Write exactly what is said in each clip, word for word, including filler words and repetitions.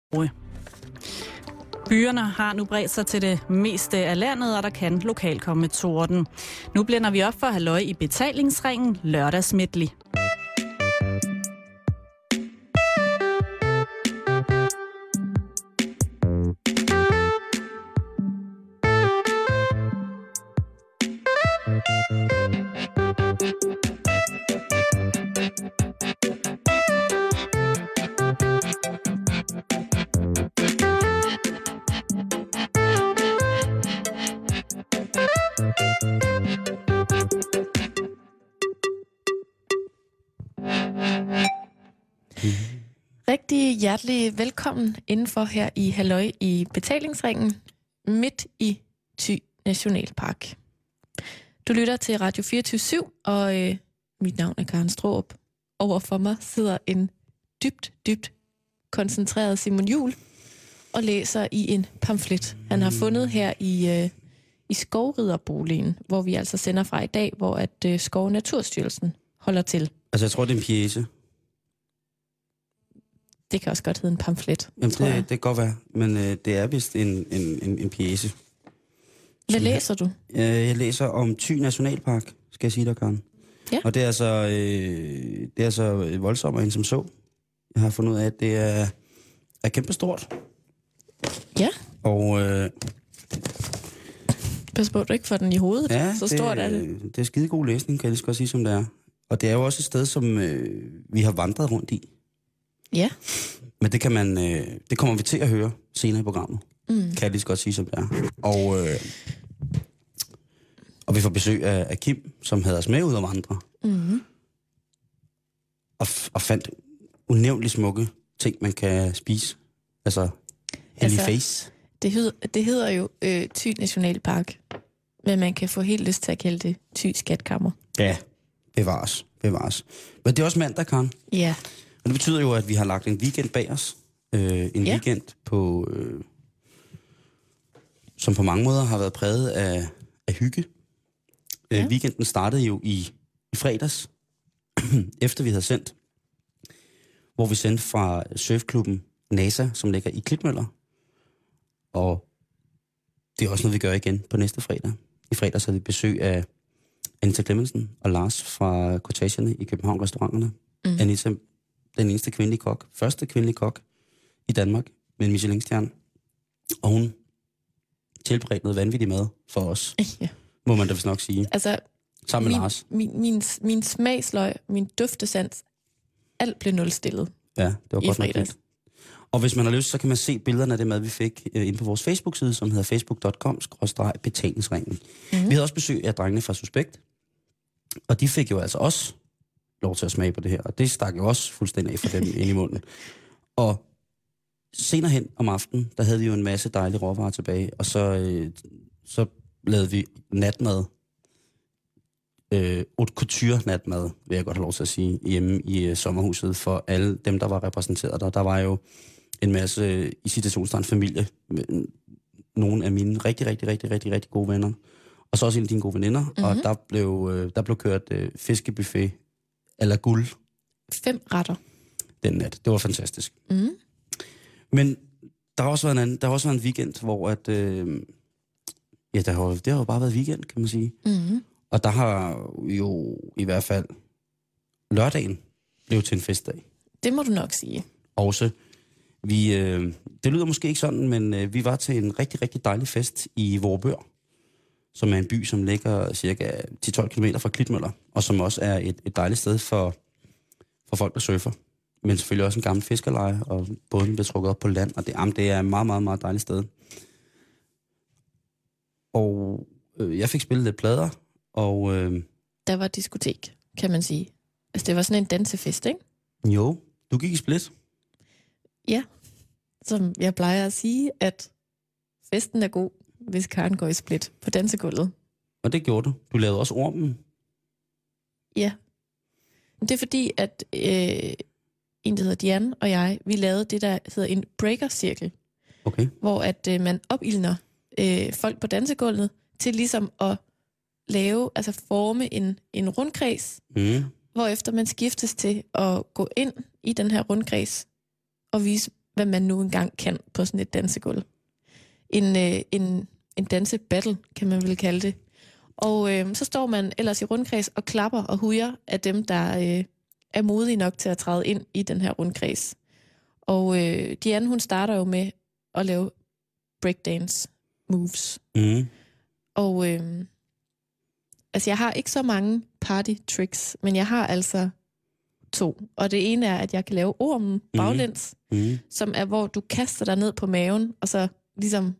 Byerne har nu bredt sig til det meste af landet, og der kan lokalt komme torden. Nu blænder vi op for halløj i betalingsringen lørdagsmidtlig. Rigtig hjertelig velkommen indenfor her i halløj i betalingsringen midt i Thy Nationalpark. Du lytter til Radio fireogtyve syv, og øh, mit navn er Karen Straarup. Overfor mig sidder en dybt, dybt koncentreret Simon Juhl og læser i en pamflet, han har fundet her i, øh, i Skovriderboligen, hvor vi altså sender fra i dag, hvor at øh, Skov- og Naturstyrelsen holder til. Altså, jeg tror, det er en pjece. Det kan også godt hedde en pamflet. Jamen, det, det kan godt være, men øh, det er vist en, en, en, en pjece. Hvad læser du? Øh, jeg læser om Thy Nationalpark, skal jeg sige dig, Karen. Ja. Og det er så øh, det er så voldsommere end som så. Jeg har fundet ud af, at det er, er kæmpestort. Ja. Og øh, pas på, at du ikke får den i hovedet. ja, så det, stort er det. Det er skidegod læsning, kan jeg lige så godt sige, som det er. Og det er jo også et sted, som øh, vi har vandret rundt i. Ja. Men det kan man, øh, det kommer vi til at høre senere i programmet. Mm. Kan jeg lige så godt sige, som det er. Og, øh, og vi får besøg af, af Kim, som havde os med ud og vandre. Mm. Og, og fandt unævnligt smukke ting, man kan spise. Altså, hellig Altså, face. Det hedder, det hedder jo øh, Thy Nationalpark, men man kan få helt lyst til at kalde det Thy Skatkammer. Ja, bevares, bevares. Men det er også mandag, Karen. Ja. Og det betyder jo, at vi har lagt en weekend bag os. Øh, en ja. weekend, på, øh, som på mange måder har været præget af, af hygge. Ja. Øh, weekenden startede jo i, i fredags, efter vi havde sendt, hvor vi sendte fra surfklubben NASA, som ligger i Klitmøller. Og det er også noget, vi gør igen på næste fredag. I fredags havde vi besøg af Anita Clemmensen og Lars fra Cortagerne i København Restauranterne. Mm. Anita, den eneste kvindelige kok, første kvindelige kok i Danmark med en Michelin-stjerne. Og hun tilberedte noget vanvittigt mad for os, ja. Må man da vist nok sige. Altså, sammen med min, Lars. Min, min, min smagsløg, min duftesans, alt blev nulstillet. Ja, det var i godt fredags. nok. Og hvis man har lyst, så kan man se billederne af det mad, vi fik øh, inde på vores Facebook-side, som hedder facebook punktum com skråstreg betalingsringen. Mm-hmm. Vi havde også besøg af drengene fra Suspekt, og de fik jo altså også lov til at smage på det her, og det stak jo også fuldstændig af for dem ind i munden. Og senere hen om aftenen, der havde vi jo en masse dejlige råvarer tilbage, og så, øh, så lavede vi natmad, øh, haute couture natmad, vil jeg godt have lov til at sige, hjemme i øh, sommerhuset for alle dem, der var repræsenteret der. Der var jo en masse, øh, i situationstegn familie, med nogle af mine rigtig, rigtig, rigtig, rigtig, rigtig gode venner, og så også en af dine gode veninder, mm-hmm. og der blev, øh, der blev kørt øh, fiskebuffet a la guld. Fem retter. Den nat. Det var fantastisk. Mm. Men der har også været en anden, der har også været en weekend, hvor at, øh, ja, der har, det har jo bare været weekend, kan man sige. Mm. Og der har jo i hvert fald lørdagen blevet til en festdag. Det må du nok sige. Også. Vi, øh, det lyder måske ikke sådan, men øh, vi var til en rigtig, rigtig dejlig fest i Vorupør, som er en by, som ligger cirka ti til tolv kilometer fra Klitmøller, og som også er et, et dejligt sted for, for folk, der surfer. Men selvfølgelig også en gammel fiskerleje, og båden bliver trukket op på land, og det, jamen, det er et meget, meget, meget dejligt sted. Og øh, jeg fik spillet lidt plader, og... Øh, der var diskotek, kan man sige. Altså, det var sådan en dansefest, ikke? Jo, du gik i split. Ja, som jeg plejer at sige, at festen er god, hvis Karen går i split på dansegulvet. Og det gjorde du. Du lavede også ormen. Ja. Det er fordi, at øh, en, der hedder Diane og jeg, vi lavede det, der hedder en breaker-cirkel. Okay. Hvor at øh, man opildner øh, folk på dansegulvet til ligesom at lave, altså forme en, en rundkreds, mm. hvorefter man skiftes til at gå ind i den her rundkreds og vise, hvad man nu engang kan på sådan et dansegulv. En, øh, en, en dansebattle, kan man vel kalde det. Og øh, så står man ellers i rundkreds og klapper og hujer af dem, der øh, er modige nok til at træde ind i den her rundkreds. Og øh, Diane, hun starter jo med at lave breakdance moves. Mm. Og øh, altså, jeg har ikke så mange party tricks, men jeg har altså to. Og det ene er, at jeg kan lave ormen baglæns, mm. Mm. som er, hvor du kaster dig ned på maven, og så ligesom,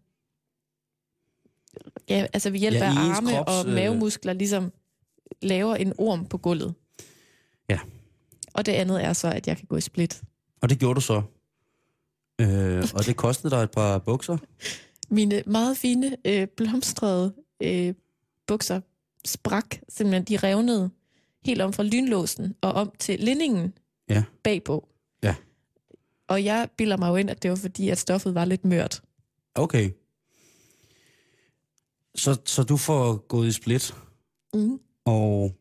ja, altså ved hjælp ja, af arme krops, og mavemuskler, ligesom laver en orm på gulvet. Ja. Og det andet er så, at jeg kan gå i split. Og det gjorde du så. Øh, og det kostede dig et par bukser? Mine meget fine, øh, blomstrede øh, bukser sprak, simpelthen de revnede helt om fra lynlåsen og om til linningen ja. bagpå. Ja. Og jeg bilder mig jo ind, at det var fordi, at stoffet var lidt mørt. Okay. Så, så du får gået i split, mm. og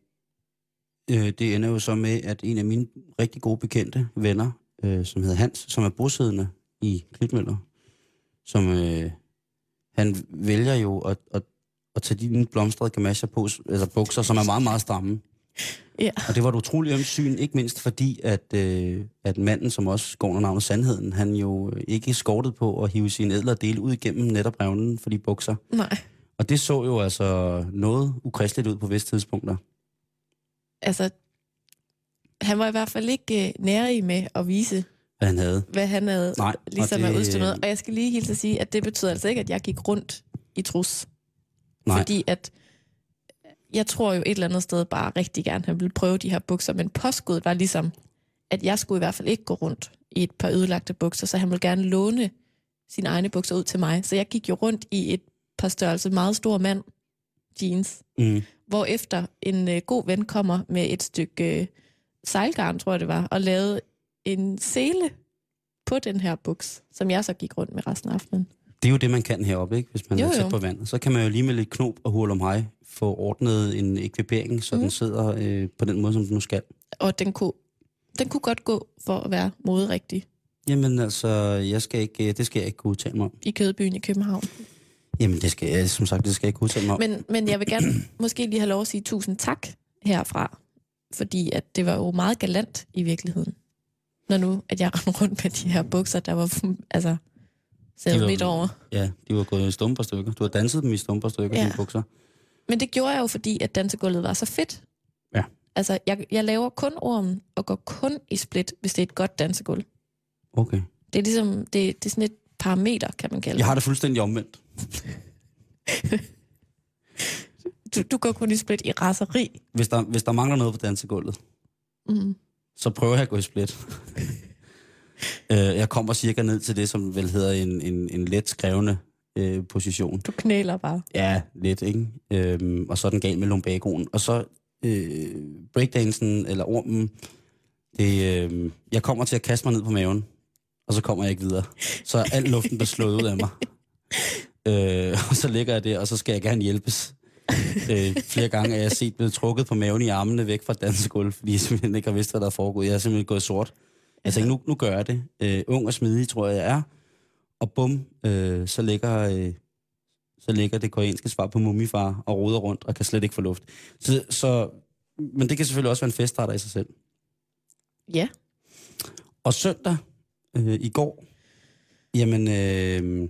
øh, det ender jo så med, at en af mine rigtig gode bekendte venner, øh, som hedder Hans, som er bosiddende i Klitmøller, som øh, han vælger jo at, at, at tage dine blomstrede gamasjer på, altså bukser, som er meget, meget stramme. Ja. Og det var et utroligt ømt syn, ikke mindst fordi, at, øh, at manden, som også går under navnet Sandheden, han jo ikke skortede på at hive sine ædlere dele ud igennem netop revnen for de bukser. Nej. Og det så jo altså noget ukristeligt ud på visse tidspunkter. Altså, han var i hvert fald ikke øh, nærig med at vise, hvad han havde. Hvad han havde Nej, ligesom og det... det... udstået. Og jeg skal lige hilse at sige, at det betyder altså ikke, at jeg gik rundt i trus. Nej. Fordi at jeg tror jo et eller andet sted bare rigtig gerne, at han ville prøve de her bukser, men påskuddet var ligesom, at jeg skulle i hvert fald ikke gå rundt i et par ødelagte bukser, så han ville gerne låne sine egne bukser ud til mig. Så jeg gik jo rundt i et par størrelse meget stor mand jeans, mm. hvor efter en øh, god ven kommer med et stykke øh, sejlgarn, tror jeg det var, og lavede en sele på den her buks, som jeg så gik rundt med resten af aftenen. Det er jo det, man kan heroppe, ikke? Hvis man jo, er tæt jo. på vandet. Så kan man jo lige med lidt knop og hurl om hej få ordnet en ekvipering, så mm. den sidder øh, på den måde, som den nu skal. Og den kunne, den kunne godt gå for at være moderigtig. Jamen altså, jeg skal ikke, det skal jeg ikke kunne udtale mig om. I Kødbyen i København. Jamen det skal jeg, som sagt, det skal jeg ikke udtale mig om. Men, men jeg vil gerne måske lige have lov at sige tusind tak herfra, fordi at det var jo meget galant i virkeligheden. Når nu, at jeg rendte rundt med de her bukser, der var altså sædet midt over. Ja, de var gået i stumperstykker. Du har danset dem i stumperstykker, ja. Dine bukser. Men det gjorde jeg jo, fordi at dansegulvet var så fedt. Ja. Altså, jeg, jeg laver kun ormen og går kun i split, hvis det er et godt dansegulv. Okay. Det er ligesom, det, det er sådan et parameter, kan man kalde det. Jeg har det fuldstændig omvendt. du, du går kun i split i raseri. Hvis der, hvis der mangler noget på dansegulvet, mm. så prøver jeg at gå i split. uh, jeg kommer cirka ned til det, som vel hedder en, en, en let skrevne uh, position. Du knæler bare. Ja, lidt, ikke? Uh, og så er den gal med lumbagoen. Og så uh, breakdansen, eller ormen, det, uh, jeg kommer til at kaste mig ned på maven, og så kommer jeg ikke videre. Så er al luften der slået ud af mig. Uh, og så ligger jeg der, og så skal jeg gerne hjælpes. øh, flere gange er jeg set blevet trukket på maven i armene væk fra dansegulv, fordi jeg simpelthen ikke har vidst, hvad der er foregået. Jeg er simpelthen gået sort. Jeg tænkte, nu, nu gør jeg det. Øh, ung og smidig, tror jeg, jeg er. Og bum, øh, så, ligger, øh, så ligger det koreanske svar på Mumifar og roder rundt og kan slet ikke få luft. Så, så, men det kan selvfølgelig også være en feststarter i sig selv. Ja. Og søndag øh, i går, jamen... Øh,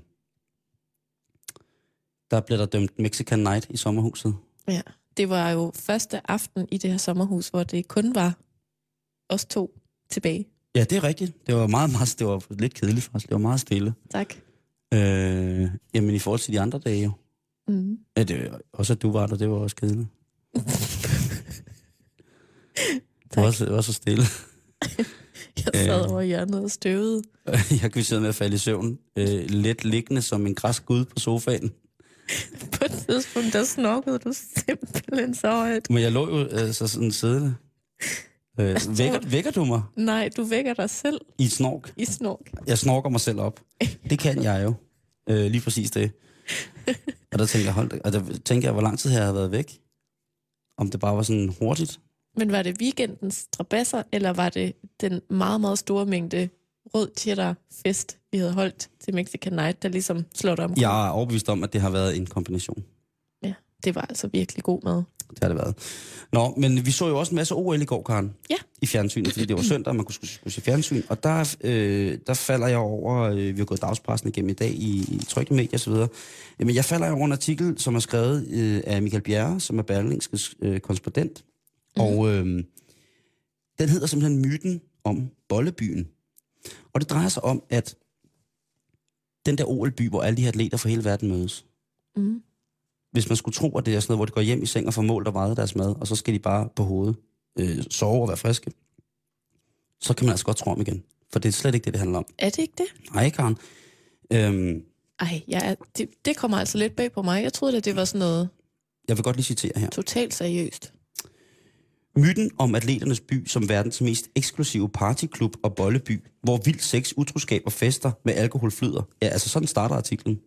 der blev der dømt Mexican Night i sommerhuset. Ja, det var jo første aften i det her sommerhus, hvor det kun var os to tilbage. Ja, det er rigtigt. Det var meget, meget, det var lidt kedeligt faktisk. Det var meget stille. Tak. Øh, jamen i forhold til de andre dage jo. Mm. Ja, det, også at du var der, det var også kedeligt. det, var også, det var så stille. Jeg sad over hjørnet og støvede. Jeg kunne sidde med at falde i søvn. Øh, let liggende som en græsk gud på sofaen. På et tidspunkt, der snorkede du simpelthen så højt. Men jeg lå jo øh, så sådan siddende. Øh, vækker, vækker du mig? Nej, du vækker dig selv. I snork? I snork. Jeg snorker mig selv op. Det kan jeg jo. Øh, lige præcis det. Og der tænker jeg, hold, og der tænker jeg, hvor lang tid jeg havde været væk. Om det bare var sådan hurtigt. Men var det weekendens strabasser, eller var det den meget, meget store mængde rød cheddar fest, vi havde holdt til Mexican Night, der ligesom slår dig om. Jeg er overbevist om, at det har været en kombination. Ja, det var altså virkelig god mad. Det har det været. Nå, men vi så jo også en masse O L i går, Karen. Ja. I fjernsynet, fordi det var søndag, man kunne skulle, skulle se fjernsyn. Og der, øh, der falder jeg over, øh, vi har gået dagspressen igennem i dag i, i trykte medier og så videre. Jamen, jeg falder over en artikel, som er skrevet øh, af Michael Bjerre, som er Berlingskes øh, korrespondent. Mm. Og øh, den hedder simpelthen Myten om Bollebyen. Og det drejer sig om, at den der O L-by, hvor alle de her atleter fra hele verden mødes. Mm. Hvis man skulle tro, at det er sådan noget, hvor de går hjem i seng og får målt og vejet deres mad, og så skal de bare på hovedet øh, sove og være friske, så kan man altså godt tro om igen. For det er slet ikke det, det handler om. Er det ikke det? Nej, Karen. Øhm, Ej, ja, det, det kommer altså lidt bag på mig. Jeg troede, at det var sådan noget jeg vil godt lige citere her. totalt seriøst. Myten om atleternes by som verdens mest eksklusive partyklub og bolleby, hvor vild sex, utroskab og fester med alkohol flyder. Ja, altså sådan starter artiklen.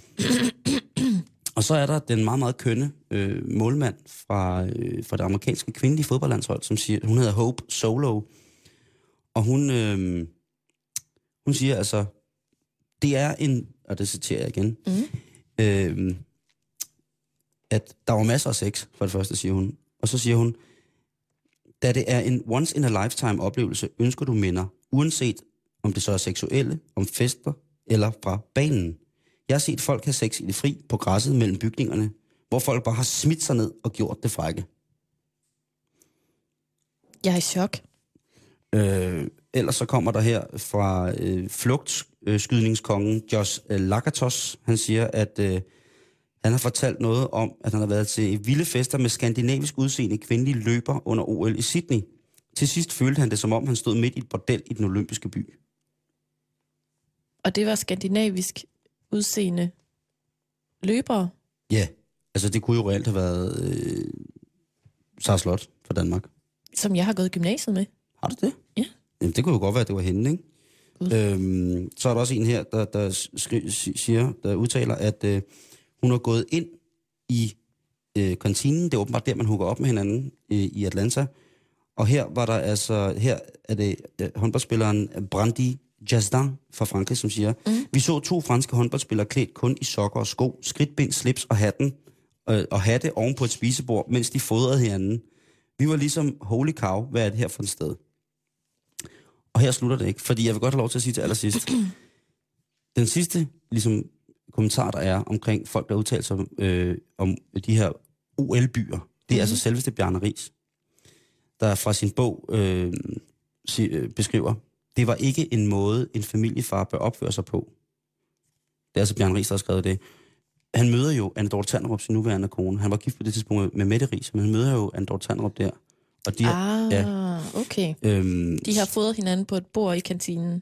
Og så er der den meget, meget kønne øh, målmand fra, øh, fra det amerikanske kvindelige fodboldlandshold, som siger, hun hedder Hope Solo. Og hun, øh, hun siger altså, det er en, og det citerer jeg igen, mm. øh, at der var masser af sex, for det første, siger hun. Og så siger hun, da det er en once-in-a-lifetime oplevelse, ønsker du minder, uanset om det så er seksuelle, om fester eller fra banen. Jeg har set folk have sex i det fri på græsset mellem bygningerne, hvor folk bare har smidt sig ned og gjort det frække. Jeg er i chok. Øh, ellers så kommer der her fra øh, flugtskydningskongen Josh øh, Lakatos. Han siger, at øh, han har fortalt noget om, at han har været til vilde fester med skandinavisk udseende kvindelige løber under O L i Sydney. Til sidst følte han det, som om han stod midt i et bordel i den olympiske by. Og det var skandinavisk udseende løbere? Ja, altså det kunne jo reelt have været øh, Sara Slot fra Danmark. Som jeg har gået i gymnasiet med. Har du det? Ja. Jamen, det kunne jo godt være, at det var hende, ikke? Øhm, så er der også en her, der, der skri- siger, der udtaler, at øh, hun har gået ind i øh, kantinen. Det er åbenbart der, man hooker op med hinanden øh, i Atlanta. Og her var der altså, her er det øh, håndboldspilleren Brandy Jasdan fra Frankrig, som siger, mm. vi så to franske håndboldspillere klædt kun i sokker og sko, skridtbind, slips og hatten, øh, og hatte oven på et spisebord, mens de fodrede hinanden. Vi var ligesom, holy cow, hvad er det her for et sted? Og her slutter det ikke, fordi jeg vil godt have lov til at sige til allersidst. Den sidste ligesom, kommentar, der er omkring folk, der udtaler sig øh, om de her O L-byer, det er mm-hmm. altså selveste Bjarne Riis, der fra sin bog øh, sig, øh, beskriver, det var ikke en måde, en familiefar bør opføre sig på. Det er altså Bjarne Riis, der har skrevet det. Han møder jo Anne Dorthe Tanderup, sin nuværende kone. Han var gift på det tidspunkt med Mette Riis, men han møder jo Anne Dorthe Tanderup der. Og de ah, ja, okay. Øhm, de har fodret hinanden på et bord i kantinen.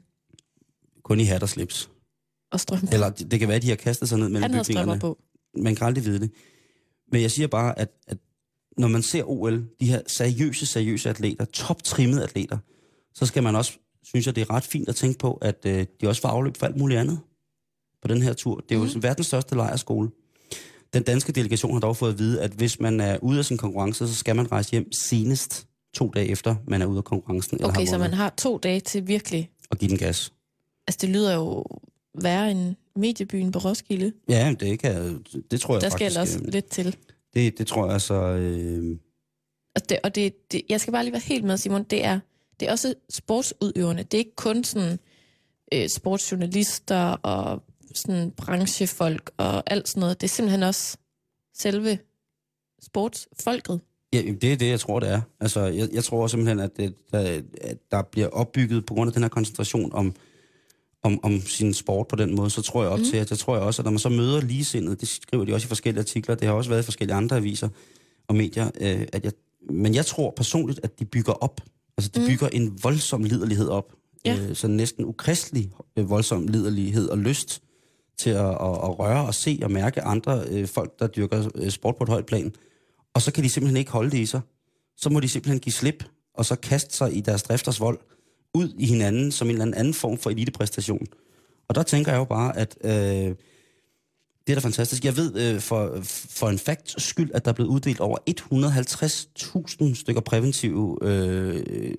Kun i hat og slips. Og strømper. Eller det, det kan være, at de har kastet sig ned mellem bygningerne. bygningerne. Han har strømper på. Man kan aldrig vide det. Men jeg siger bare, at, at når man ser O L, de her seriøse, seriøse atleter, toptrimmede atleter, så skal man også, synes jeg, det er ret fint at tænke på, at øh, de også får afløb for alt muligt andet på den her tur. Det er jo mm. verdens største lejrskole. Den danske delegation har dog fået at vide, at hvis man er ude af sin konkurrence, så skal man rejse hjem senest to dage efter, man er ude af konkurrencen. Eller okay, har så man har to dage til virkelig at give den gas. Altså, det lyder jo værre end mediebyen på Roskilde. Ja, det kan det tror jeg Der faktisk. Der skal også lidt til. Det, det tror jeg så... Øh... Og, det, og det, det, jeg skal bare lige være helt med, Simon, det er, det er også sportsudøverne. Det er ikke kun sådan øh, sportsjournalister og sådan branchefolk og alt sådan noget. Det er simpelthen også selve sportsfolket. Ja, det er det, jeg tror, det er. Altså, jeg, jeg tror simpelthen, at, det, der, at der bliver opbygget på grund af den her koncentration om, om, om sin sport på den måde, så tror jeg op mm. til, at jeg tror jeg også, at når man så møder ligesindede, det skriver de også i forskellige artikler, det har også været i forskellige andre aviser og medier, øh, at jeg, men jeg tror personligt, at de bygger op. Altså, de mm. bygger en voldsom liderlighed op. Ja. Øh, så næsten ukristelig øh, voldsom liderlighed og lyst til at, at, at røre og se og mærke andre øh, folk, der dyrker øh, sport på et højt plan. Og så kan de simpelthen ikke holde det i sig. Så må de simpelthen give slip, og så kaste sig i deres drifters vold ud i hinanden som en eller anden form for elitepræstation. Og der tænker jeg jo bare, at øh, det er da fantastisk. Jeg ved øh, for, for en fakts skyld, at der er blevet uddelt over et hundrede og halvtreds tusind stykker præventive øh,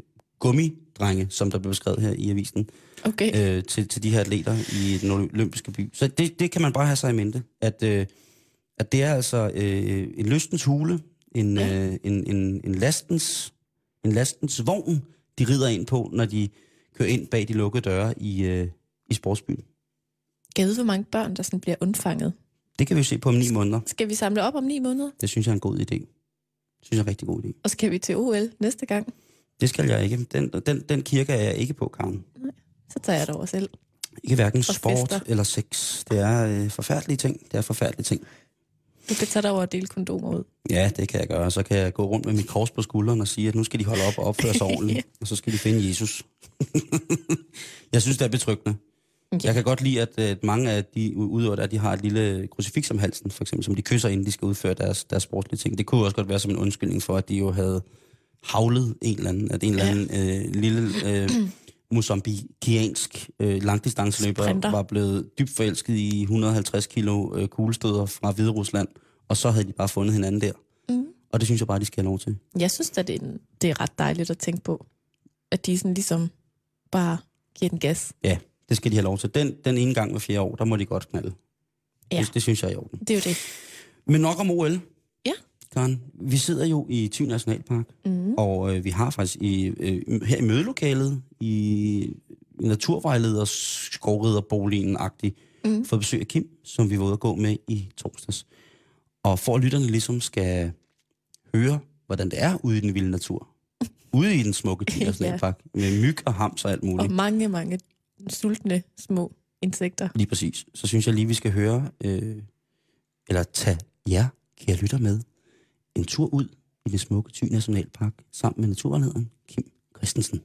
gummidrenge, som der blev beskrevet her i avisen, okay. øh, til, til de her atleter i den olympiske by. Så det, det kan man bare have sig i mente, at, øh, at det er altså øh, en lystens hule, en, ja. øh, en, en, en, lastens, en lastens vogn, de rider ind på, når de kører ind bag de lukkede døre i, øh, i sportsbyen. Kan jeg vide, hvor mange børn, der sådan bliver undfanget? Det kan vi jo se på om ni måneder. Skal vi samle op om ni måneder? Det synes jeg er en god idé. Det synes jeg er en rigtig god idé. Og skal vi til O L næste gang? Det skal jeg ikke. Den, den, den kirke er jeg ikke på, Karen. Nej, så tager jeg det over selv. Ikke hverken og sport fester. eller sex. Det er øh, forfærdelige ting. Det er forfærdelige ting. Du kan tage dig over at dele kondomer ud. Ja, det kan jeg gøre. Så kan jeg gå rundt med mit kors på skulderen og sige, at nu skal de holde op og opføre sig ordentligt. ja. Og så skal de finde Jesus. Jeg synes, det er betryggende. Ja. Jeg kan godt lide, at, at mange af de udøvere, at de har et lille krucifiks om halsen, for eksempel, som de kysser, inden de skal udføre deres, deres sportslige ting. Det kunne også godt være som en undskyldning for, at de jo havde havlet en eller anden, at en eller anden ja. øh, lille øh, mozambikiansk øh, langdistanceløber Sprinter. var blevet dybt forelsket i et hundrede og halvtreds kilo øh, kuglestøder fra Hviderusland, og så havde de bare fundet hinanden der. Mm. Og det synes jeg bare, de skal have lov til. Jeg synes at det er, det er ret dejligt at tænke på, at de sådan ligesom bare giver den gas. Ja. Det skal de have lov til. Den, den ene gang hver fjerde år, der må de godt knalde. Ja. Det, det synes jeg er i orden. Det er jo det. Men nok om O L. Ja. Karen, vi sidder jo i Thy Nationalpark, mm. og øh, vi har faktisk i, øh, her i mødelokalet, i, i naturvejleders skovriderboligen-agtigt, mm. fået besøg af Kim, som vi var ude at gå med i torsdags. Og for at lytterne ligesom skal høre, hvordan det er ude i den vilde natur. Ude i den smukke Thy Nationalpark, ja. Med myg og hams og alt muligt. Og mange, mange sultne små insekter. Lige præcis. Så synes jeg lige, vi skal høre, øh, eller tage jer, kære lytter med, en tur ud i den smukke Thy Nationalpark, sammen med naturvejlederen Kim Christensen.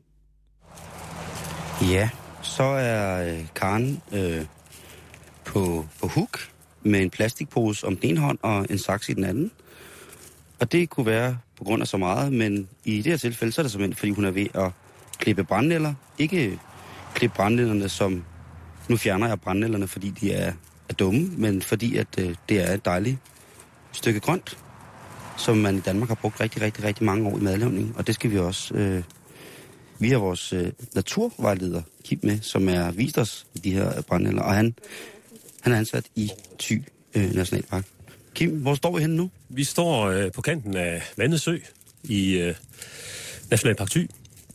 Ja, så er øh, Karen øh, på, på hook med en plastikpose om den ene hånd og en saks i den anden. Og det kunne være på grund af så meget, men i det her tilfælde, så er det simpelthen, fordi hun er ved at klippe brændenælder. Ikke klippe brændenælderne, som... Nu fjerner jeg brændenælderne, fordi de er, er dumme, men fordi at øh, det er et dejligt stykke grønt, som man i Danmark har brugt rigtig, rigtig, rigtig mange år i madlavning. Og det skal vi også... Øh, vi har vores øh, naturvejleder Kim med, som er vist os de her brændenælder, og han, han er ansat i Thy øh, Nationalpark. Kim, hvor står vi henne nu? Vi står øh, på kanten af Vandet Sø i øh, Nationalpark Thy.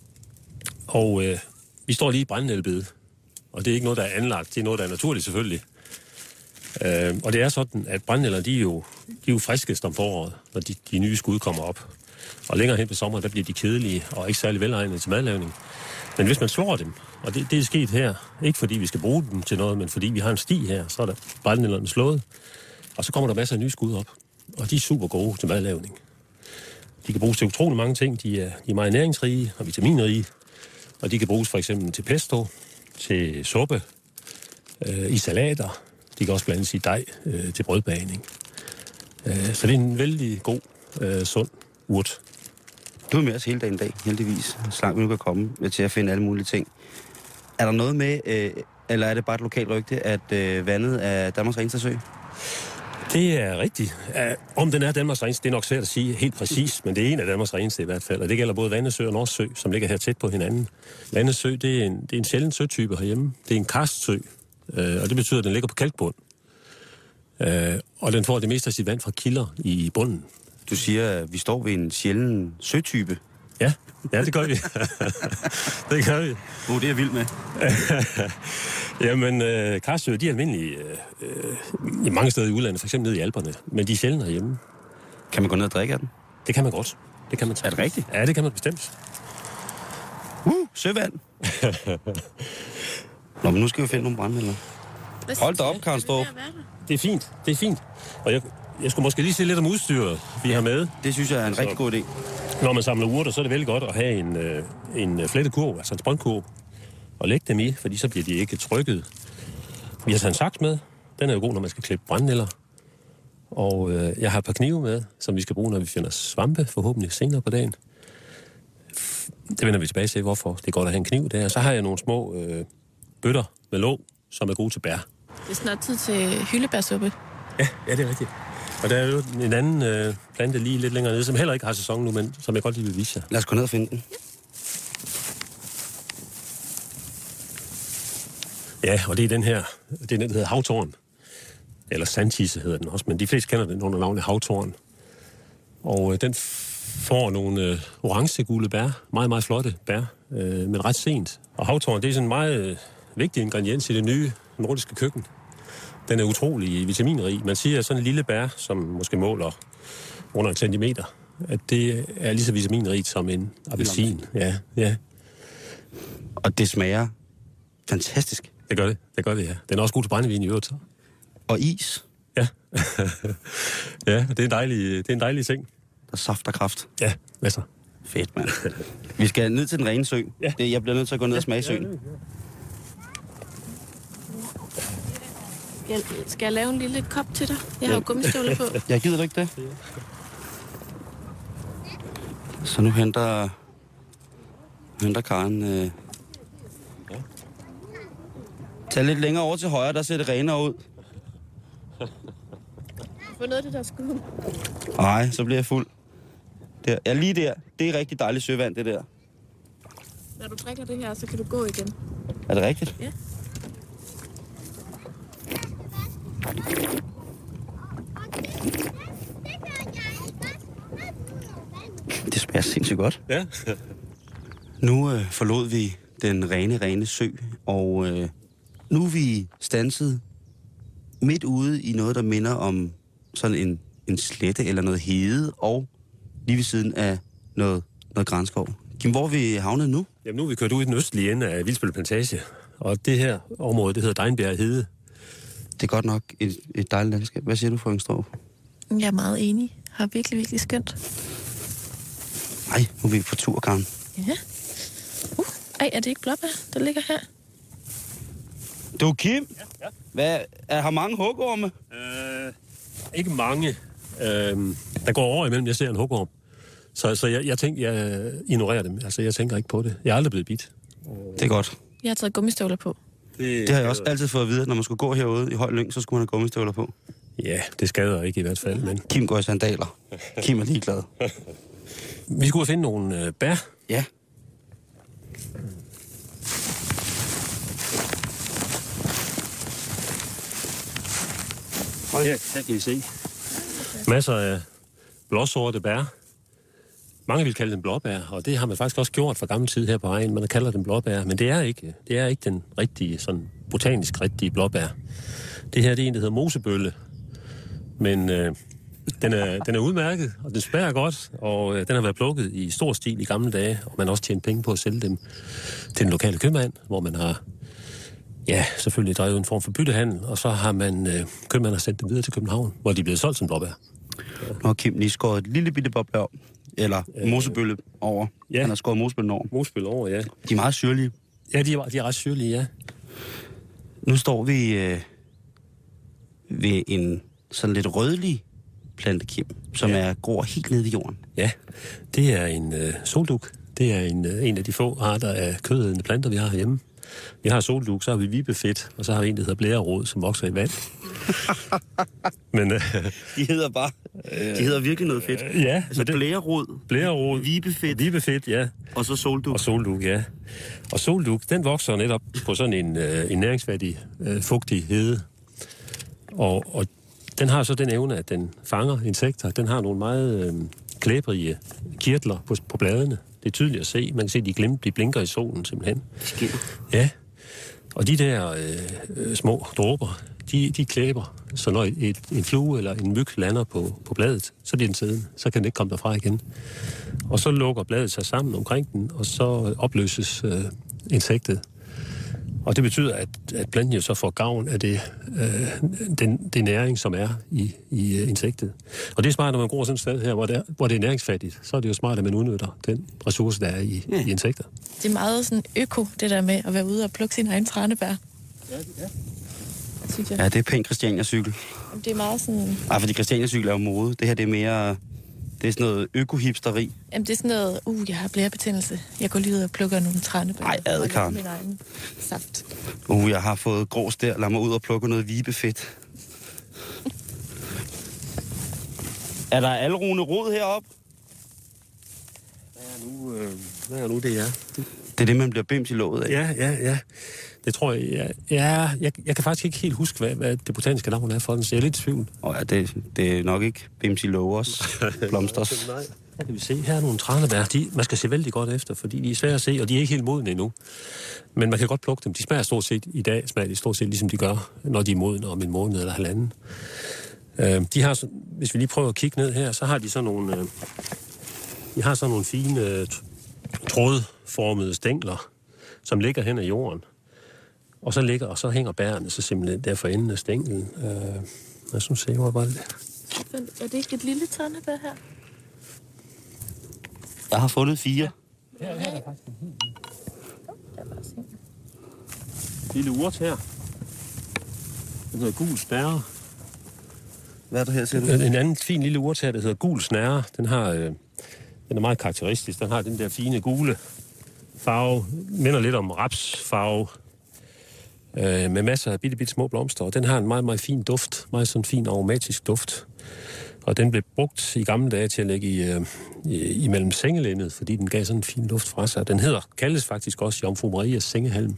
Og øh, vi står lige i brændenældebedet. Og det er ikke noget, der er anlagt. Det er noget, der er naturligt selvfølgelig. Øh, og det er sådan, at brændenælder, de er jo, de er jo friskest om foråret, når de, de nye skud kommer op. Og længere hen på sommeren, der bliver de kedelige og ikke særlig velegnede til madlavning. Men hvis man slår dem, og det, det er sket her, ikke fordi vi skal bruge dem til noget, men fordi vi har en sti her, så er der brændenælderne slået. Og så kommer der masser af nye skud op. Og de er super gode til madlavning. De kan bruges til utrolig mange ting. De er, de er meget næringsrige og vitaminrige. Og de kan bruges for eksempel til pesto, til suppe, øh, i salater. De kan også blandes i dej øh, til brødbagning. Øh, så det er en vældig god, øh, sund urt. Du er med os hele dagen i dag, heldigvis. Så langt vi nu kan komme til at finde alle mulige ting. Er der noget med, øh, eller er det bare et lokalt rygte, at øh, vandet er Danmarks reneste sø? Det er rigtigt. Uh, om den er Danmarks reneste, det er nok svært at sige helt præcis, men det er en af Danmarks reneste i hvert fald. Og det gælder både Vandesø og Nordsø, som ligger her tæt på hinanden. Vandesø, det er en, det er en sjælden søtype herhjemme. Det er en karstsø, uh, og det betyder, at den ligger på kalkbund. Uh, og den får det meste af sit vand fra kilder i bunden. Du siger, at vi står ved en sjælden søtype. Ja, ja, det gør vi. det gør vi. Hvor oh, det er vildt med. Jamen, øh, karstsø, de er almindelige øh, mange steder i udlandet, for eksempel nede i Alperne, men de er sjældent herhjemme. Kan man gå ned og drikke af den? Det kan man godt. Det kan man tage. Er det rigtigt? Ja, det kan man bestemt. Uh, søvand. Nå, men nu skal vi finde nogle brændenælder. Hold da op, Karen Strup. Det er fint, det er fint. Og jeg, jeg skulle måske lige se lidt om udstyret, vi har med. Det synes jeg er en så, rigtig god idé. Når man samler urter, så er det vældig godt at have en, øh, en flettekurv, altså en sprøjtkurv, og lægge dem i, fordi så bliver de ikke trykket. Vi har taget en saks med. Den er jo god, når man skal klippe brændenælder. Og øh, jeg har et par knive med, som vi skal bruge, når vi finder svampe, forhåbentlig senere på dagen. Det vender vi tilbage til, hvorfor det er godt at have en kniv der. Så har jeg nogle små øh, bøtter med låg, som er gode til bær. Det er snart tid til hyldebærsuppe. Ja, ja, det er rigtigt. Og der er jo en anden øh, plante lige lidt længere nede, som heller ikke har sæson nu, men som jeg godt lige vil vise jer. Lad os gå ned og finde den. Ja, og det er den her, det er den, der hedder havtorn. Eller sandtisse hedder den også, men de fleste kender den under navnet havtorn. Og øh, den får nogle øh, orange-gule bær, meget, meget flotte bær, øh, men ret sent. Og havtorn, det er sådan en meget øh, vigtig ingrediens i det nye nordiske køkken. Den er utrolig vitaminrig. Man siger, at sådan en lille bær, som måske måler under en centimeter, at det er lige så vitaminrigt som en appelsin. Ja, ja. Og det smager fantastisk. Det gør det, det gør det, ja. Den er også god til brændevin i øvrigt, så. Og is. Ja. Ja, det er en dejlig, det er en dejlig ting. Der er saft og kraft. Ja, hvad så? Fedt, mand. Vi skal ned til den rene sø. Ja. Det, jeg bliver nødt til at gå ned og smage søen. Jeg, skal jeg lave en lille kop til dig? Jeg har jo gummistøvler på. Jeg gider du ikke det? Så nu henter, henter Karen... Øh... Tag lidt længere over til højre, der ser det renere ud. Få noget af det der skum. Nej, så bliver jeg fuld. Der. Ja, lige der. Det er rigtig dejligt søvand, det der. Når du drikker det her, så kan du gå igen. Er det rigtigt? Ja. Det smager sindssygt godt. Ja. Nu øh, forlod vi den rene, rene sø, og øh, nu er vi standset midt ude i noget, der minder om sådan en, en slette eller noget hede, og lige ved siden af noget, noget granskov. Kim, hvor er vi havnet nu? Jamen nu er vi kørt ud i den østlige ende af Vildsbøl Plantage, og det her område, det hedder Dejnbjerg Hede. Det er godt nok et, et dejligt landskab. Hvad siger du, Frøken Strå? Jeg er meget enig. Har virkelig, virkelig skønt. Nej, nu er vi på tur, Karen. Ja. Uh, ej, er det ikke blåbær, der ligger her? Du, Kim? Ja, ja. Hvad, er, har mange hugorme? Øh, ikke mange. Øh, der går over imellem, jeg ser en hugorm. Så, så jeg, jeg tænker, jeg ignorerer dem. Altså, jeg tænker ikke på det. Jeg er aldrig blevet bidt. Det er godt. Jeg har taget gummistøvler på. Det, det har jeg også altid fået at vide, at når man skulle gå herude i høj lyng, så skulle man have gummistøvler på. Ja, det skader ikke i hvert fald, men... Kim går i sandaler. Kim er ligeglad. Vi skulle finde nogle øh, bær. Ja. Hold her, her kan I se. Masser af blåsorte bær. Mange vil kalde dem blåbær, og det har man faktisk også gjort fra gammel tid her på egen. Man kalder dem blåbær, men det er ikke, det er ikke den rigtige, sådan botanisk rigtige blåbær. Det her, det er en, der hedder mosebølle. Men øh, den, er, den er udmærket, og den smager godt, og øh, den har været plukket i stor stil i gamle dage, og man har også tjent penge på at sælge dem til den lokale købmand, hvor man har, ja, selvfølgelig drevet en form for byttehandel, og så har man, øh, købmanden har sendt dem videre til København, hvor de er blevet solgt som blåbær. Ja. Nu har Kim lige skåret et lille bitte boble over, eller øh, mosebølle over. Ja. Han har skåret mosebøllen over. Mosebølle over, ja. De er meget syrlige. Ja, de er, de er ret syrlige, ja. Nu står vi øh, ved en sådan lidt rødlig plante, Kim, som ja. er gror helt nede i jorden. Ja, det er en øh, soldug. Det er en, øh, en af de få arter af kødædende planter, vi har herhjemme. Vi har soldug, så har vi vibefedt, og så har vi en, der hedder blærerod, som vokser i vand. Men, øh, de hedder bare, de hedder virkelig noget fedt. Øh, ja. Altså blærerod, blærerod, vibefedt, vibefedt, ja. Og så soldug. Og soldug, ja. Og soldug, den vokser netop på sådan en, øh, en næringsfattig, øh, fugtig hede. Og, og den har så den evne, at den fanger insekter. Den har nogle meget øh, klæbrige kirtler på, på bladene. Det er tydeligt at se. Man kan se, at de, glim, de blinker i solen simpelthen. Skinner. Ja. Og de der øh, små dråber, de, de klæber. Så når et, en flue eller en myg lander på, på bladet, så bliver den siddende. Så kan den ikke komme derfra igen. Og så lukker bladet sig sammen omkring den, og så opløses øh, insektet. Og det betyder, at, at planten jo så får gavn af det, øh, den, det næring, som er i, i uh, insektet. Og det er smart, når man gror sådan et sted her, hvor det, er, hvor det er næringsfattigt, så er det jo smart, at man udnytter den ressource, der er i, ja. i insekter. Det er meget sådan øko, det der med at være ude og plukke sin egen tranebær. Ja, ja. Ja, det er pænt Christiania-cykel. Det er meget sådan... Ej, fordi Christiania-cykel er jo mode. Det her, det er mere... Det er sådan noget økohipsteri. Jamen, det er sådan noget, uh, jeg har blærebetændelse. Jeg går lige ud og plukker nogle tranebær. Ej, ad, Karen. Min egen saft. Uh, jeg har fået grå stær. Lad mig ud og plukke noget vibefedt. Er der alrune rod heroppe? Hvad er nu, øh, hvad er nu det er? Det er det, man bliver bims i låget af. Ja, ja, ja. Det tror jeg, ja, ja jeg, jeg kan faktisk ikke helt huske, hvad, hvad det botaniske navn er for den, så jeg er lidt i tvivl. Og ja, det, det er nok ikke Bimsi Lovers blomsters. Nej, her kan vi se, her er nogle tranebær. De, man skal se vældig godt efter, fordi de er svære at se, og de er ikke helt modne endnu. Men man kan godt plukke dem. De smager stort set i dag, smager de stort set ligesom de gør, når de er modne om en måned eller halvanden. Øh, de har, hvis vi lige prøver at kigge ned her, så har de sådan nogle, øh, de har sådan nogle fine øh, trådformede stængler, som ligger hen ad jorden. Og så ligger, og så hænger bærene så simpelthen der for enden af stænglen. Øh, jeg synes, se, hvor var det. Er det ikke et lille tørnebær her? Jeg har fundet fire. Ja, her er der faktisk en helt lille urt her. Den hedder gul snære. Hvad er der her, siger du? En anden fin lille urt her, der hedder gul snære. Den har, øh, den er meget karakteristisk. Den har den der fine gule farve. Minder lidt om rapsfarve. Øh, med masser af bitte, bitte små blomster. Og den har en meget, meget fin duft. Meget sådan fin aromatisk duft. Og den blev brugt i gamle dage til at lægge i, øh, i, imellem sengelænet, fordi den gav sådan en fin luft fra sig. Den hedder, kaldes faktisk også Jomfru Marias sengehalm.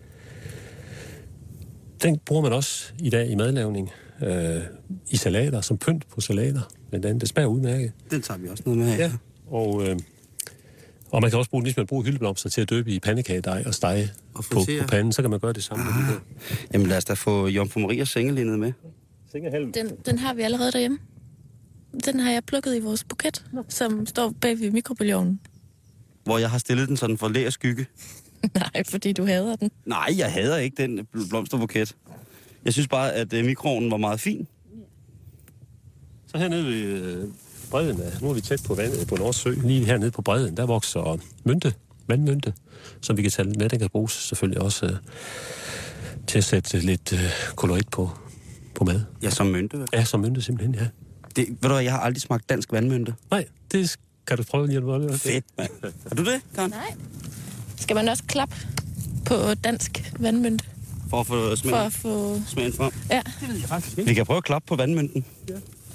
Den bruger man også i dag i madlavning. Øh, I salater, som pynt på salater. Men den, det smager udmærket. Den tager vi også noget med her. Ja, og, øh, og man kan også bruge den, hvis man bruger hyldeblomster til at døbe i pandekagedej og stege og på, på panden, så kan man gøre det samme. Ah. Det Jamen lad os da få Jomfru Marias sengelænet med. Sengehalm. Den, den har vi allerede derhjemme. Den har jeg plukket i vores buket, som står bag ved mikrobølgeovnen. Hvor jeg har stillet den sådan for læ og skygge. Nej, fordi du hader den. Nej, jeg hader ikke den blomsterbuket. Jeg synes bare, at øh, mikroovnen var meget fin. Så hernede ved øh, bredden af, nu er vi tæt på vandet på Nordsø, lige hernede på bredden, der vokser mynte, vandmynte, som vi kan tage med. Den kan bruges selvfølgelig også øh, til at sætte lidt øh, kolorit på, på mad. Ja, som mynte, vel? Ja, som mynte simpelthen, ja. Det, ved du hvad, jeg har aldrig smagt dansk vandmynte. Nej, det kan du prøve lige at gøre. Fedt, mand. Har du det, Karen? Nej. Skal man også klappe på dansk vandmynte? For at få smagen, For at få... smagen frem? Ja. Det ved jeg faktisk ikke. Vi kan prøve at klappe på vandmynten. Ja.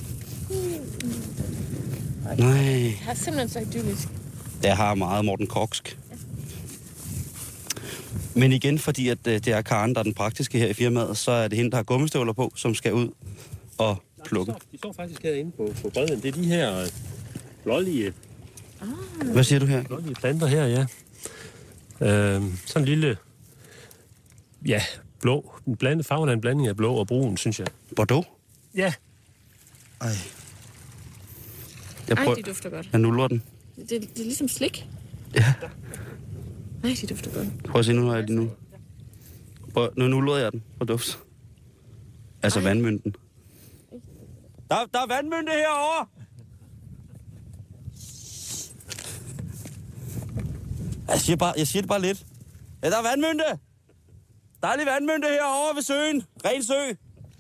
Nej. Det er simpelthen så idyllisk. Jeg har meget Morten Korksk. Men igen, fordi at det er Karen, der er den praktiske her i firmaet, så er det hende, der har gummistøvler på, som skal ud og plukke. De står, de står faktisk herinde på, på bredden. Det er de her blålige, Ah. Hvad siger du her? blålige planter her, ja. Øh, sådan en lille, ja, blå. En blandet farven af en blanding af blå og brun, synes jeg. Bordeaux? Ja. Ej. Jeg Ej, prøver... de dufter godt. Jeg nuller den. Det, det er ligesom slik. Ja. Nej, de dufter godt. Prøv at se, nu har jeg lige nu. Prøv, nu nuller jeg den på duft. Altså Ej. vandmynten. Der, der er vandmynte herovre! Jeg siger, bare, jeg siger det bare lidt. Ja, der er vandmynte! Dejlig vandmynte herovre ved søen. Ren sø.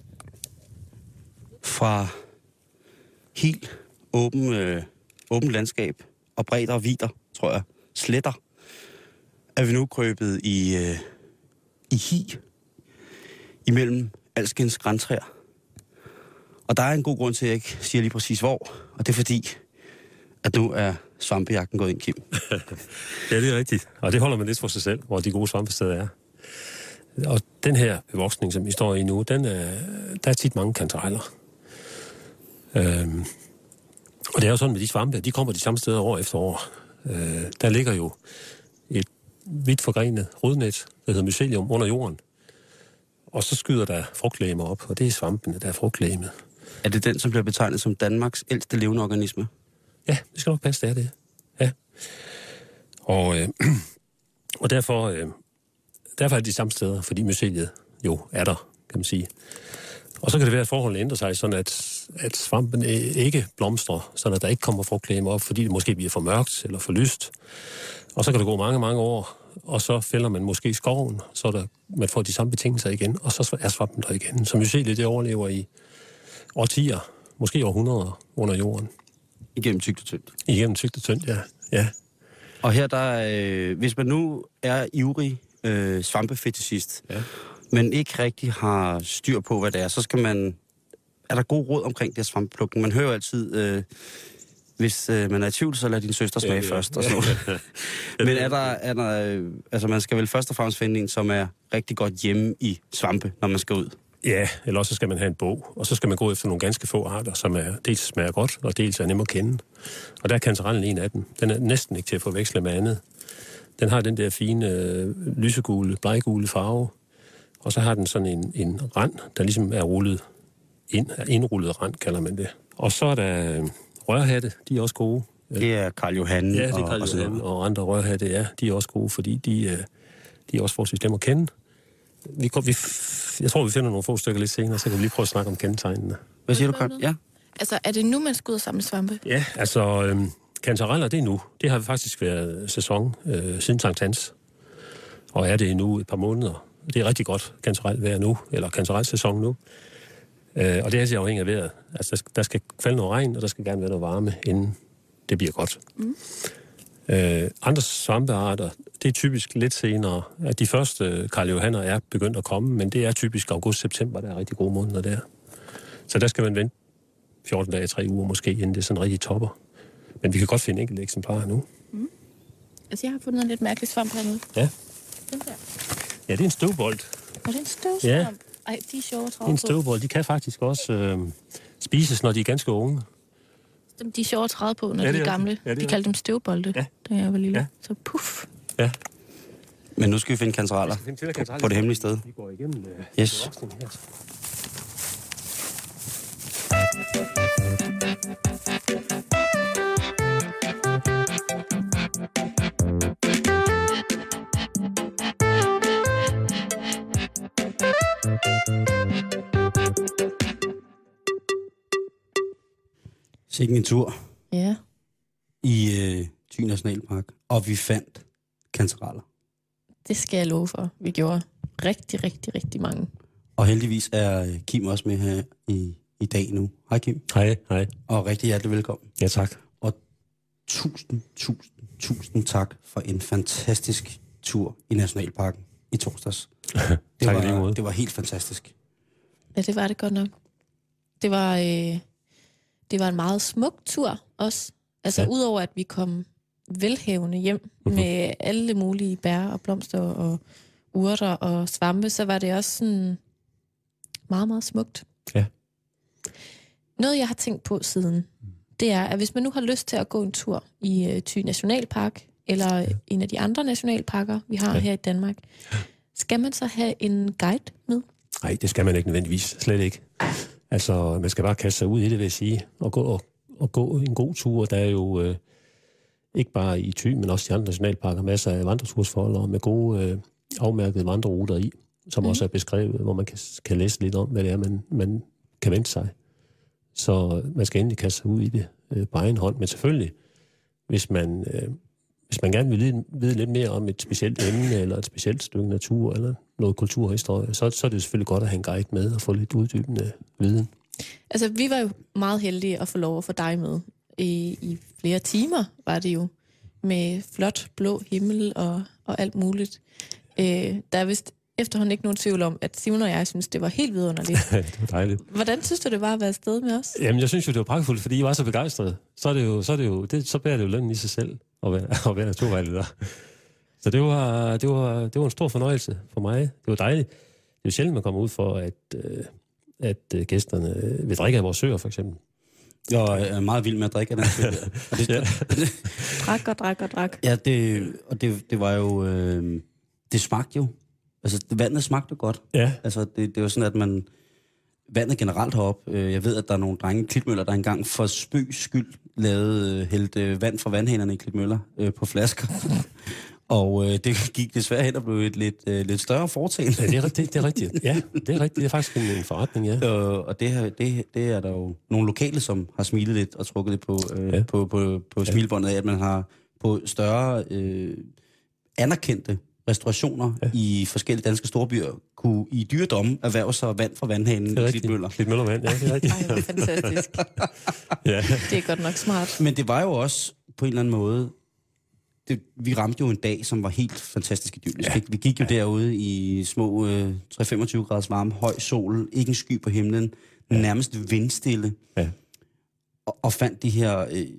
Fra helt åben, øh, åben landskab og bredder og vider, tror jeg, sletter, er vi nu krøbet i, øh, i hi imellem alskens grantræer. Og der er en god grund til, at jeg ikke siger lige præcis hvor, og det er fordi, at nu er svampejagten gået ind, Kim. Ja, det er rigtigt. Og det holder man lidt for sig selv, hvor de gode svampesteder er. Og den her bevoksning, som vi står i nu, den er, der er tit mange kantareller. Øhm, og det er jo sådan med de svampe, de kommer de samme steder år efter år. Øh, der ligger jo et vidt forgrenet rodnet, der hedder mycelium, under jorden. Og så skyder der frugtlegemer op, og det er svampene, der er frugtlegemet. Er det den, som bliver betegnet som Danmarks ældste levende organisme? Ja, det skal nok passe, det er det. Ja. Og, øh, og derfor, øh, derfor er det de samme steder, fordi myceliet jo er der, kan man sige. Og så kan det være, at forholdene ændrer sig, sådan at, at svampen ikke blomstrer, sådan at der ikke kommer frugtlegemer op, fordi det måske bliver for mørkt eller for lyst. Og så kan det gå mange, mange år, og så fælder man måske skoven, så der, man får de samme betingelser igen, og så er svampen der igen. Så myceliet, det overlever i årtier, måske århundreder under jorden. Igennem tykt og tyndt. Igennem tykt og tyndt, ja. ja. Og her der, øh, hvis man nu er ivrig øh, svampefetishist, ja. men ikke rigtig har styr på, hvad det er, så skal man... Er der god råd omkring det her svampeplukning? Man hører jo altid, øh, Hvis øh, man er i tvivl, så lad din søster smage ja, ja. først. Og sådan noget. Men er der, er der... Øh, altså, man skal vel først og fremmest finde en, som er rigtig godt hjemme i svampe, når man skal ud. Ja, eller også skal man have en bog, og så skal man gå efter nogle ganske få arter, som er, dels smager godt, og dels er nemme at kende. Og der er kantarellen en af dem. Den er næsten ikke til at forveksle med andet. Den har den der fine, øh, lysegule, bleggule farve, og så har den sådan en, en rand, der ligesom er rullet ind, indrullet rand, kalder man det. Og så er der øh, rørhatte, de er også gode. Det er Karl Johan. Ja, det er Karl Johan, og, og andre rørhatte, ja, de er også gode, fordi de, øh, de er også forholdsvis nemme at kende. Vi, vi, jeg tror, vi finder nogle få stykker lidt senere, så kan vi lige prøve at snakke om kendetegnene. Hvad siger du, Karl? Ja. Altså, er det nu, man skal ud og samle svampe? Ja, altså, øhm, kantareller, det er nu. Det har faktisk været sæson øh, siden Sankt Hans. Og er det nu et par måneder. Det er rigtig godt kantarel vejr nu, eller kantarelsæson nu. Øh, og det er altså afhængigt af vejret. Altså, der skal, der skal falde noget regn, og der skal gerne være noget varme, inden det bliver godt. Mm. Øh, andre svampearter, det er typisk lidt senere, at de første Karl Johanner er begyndt at komme, men det er typisk august-september, der er rigtig gode måneder der. Så der skal man vente fjorten dage, tre uger måske, inden det sådan rigtig topper. Men vi kan godt finde enkelte eksemplarer nu. Mm. Altså, jeg har fundet en lidt mærkelig svamp hernede. Ja. Den der. Ja, det er en støvbold. Og det er en støvsvamp? Ja. Ej, de er sjove at træde på. Det er en støvbold. De kan faktisk også øh, spises, når de er ganske unge. De er sjove at træde på, når ja, de er er gamle. ja, de kaldte dem støvbolde, ja. da jeg var lille. Ja. Så puff. Ja. Men nu skal vi finde kantareller på, på det hemmelige sted. Vi går igennem øh, yes. her. Sikke en tur. Ja. I øh, Thy Nationalpark, og vi fandt kantareller. Det skal jeg love for. Vi gjorde rigtig, rigtig, rigtig mange. Og heldigvis er Kim også med her i, i dag nu. Hej Kim. Hej, hej. Og rigtig hjertelig velkommen. Ja, tak. Og tusind, tusind, tusind tak for en fantastisk tur i Nationalparken i torsdags. Det, tak var, det var helt fantastisk. Ja, det var det godt nok. Det var, øh, det var en meget smuk tur også. Altså, ja. Udover at vi kom velhavende hjem mm-hmm. med alle mulige bær og blomster og urter og svampe, så var det også sådan meget, meget smukt. Ja. Noget, jeg har tænkt på siden, det er, at hvis man nu har lyst til at gå en tur i uh, Thy Nationalpark, eller ja. en af de andre nationalparker, vi har ja. her i Danmark, skal man så have en guide med? Nej, det skal man ikke nødvendigvis. Slet ikke. Altså, man skal bare kaste sig ud i det, vil jeg sige, og gå, og, og gå en god tur. Der er jo øh, ikke bare i Thy, men også i andre nationalparker, masser af vandretursforhold med gode øh, afmærkede vandreruter i, som mm. også er beskrevet, hvor man kan, kan læse lidt om, hvad det er, man, man kan vente sig. Så man skal endelig kaste sig ud i det øh, på egen hånd. Men selvfølgelig, hvis man, øh, hvis man gerne vil vide, vide lidt mere om et specielt emne, eller et specielt stykke natur, eller noget kulturhistorie, så, så er det selvfølgelig godt at have en guide med og få lidt uddybende viden. Altså, vi var jo meget heldige at få lov at få dig med. I, i flere timer var det jo, med flot blå himmel og, og alt muligt. Øh, der er vist efterhånden ikke nogen tvivl om, at Simon og jeg synes, det var helt vidunderligt. Det var dejligt. Hvordan synes du, det var at være afsted med os? Jamen, jeg synes jo, det var pragtfuldt, fordi I var så begejstrede. Så, er det jo, så, er det jo, det, så bærer det jo lønnen i sig selv at være, at være naturvejleder. Så det var, det, var, det var en stor fornøjelse for mig. Det var dejligt. Det er jo sjældent, man kommer ud for, at, at gæsterne vil drikke af vores søer, for eksempel. Jeg er meget vild med at drikke af den søer. Det, ja. Drak og drak og drak. Ja, det, og det, det var jo... Øh, det smagte jo. Altså, vandet smagte godt. Ja. Altså, det, det var sådan, at man... Vandet generelt heroppe. Jeg ved, at der er nogle drenge i Klitmøller, der engang for spøgs skyld lavede hældt vand fra vandhænerne i Klitmøller øh, på flasker. Og øh, det gik desværre hen og blev et lidt, øh, lidt større foretagende. Ja, det er rigtigt. Det er rigtigt. Ja, det er rigtigt. Det er faktisk en, en forretning, ja. Øh, og det, her, det, det er der jo nogle lokale, som har smilet lidt og trukket lidt på, øh, ja. på, på, på ja. smilebåndet af, at man har på større øh, anerkendte restaurationer ja. i forskellige danske storbyer kunne i dyredomme erhverve sig vand fra vandhanen i Klitmøller. Klitmøller vand, ja, det er rigtigt. Ej, det er fantastisk. Ja. Det er godt nok smart. Men det var jo også på en eller anden måde, det, vi ramte jo en dag, som var helt fantastisk idyllisk. Ja. Vi gik jo ja. derude i små øh, tre til femogtyve graders varme, høj sol, ikke en sky på himlen, ja. nærmest vindstille, ja. og, og fandt de her øh,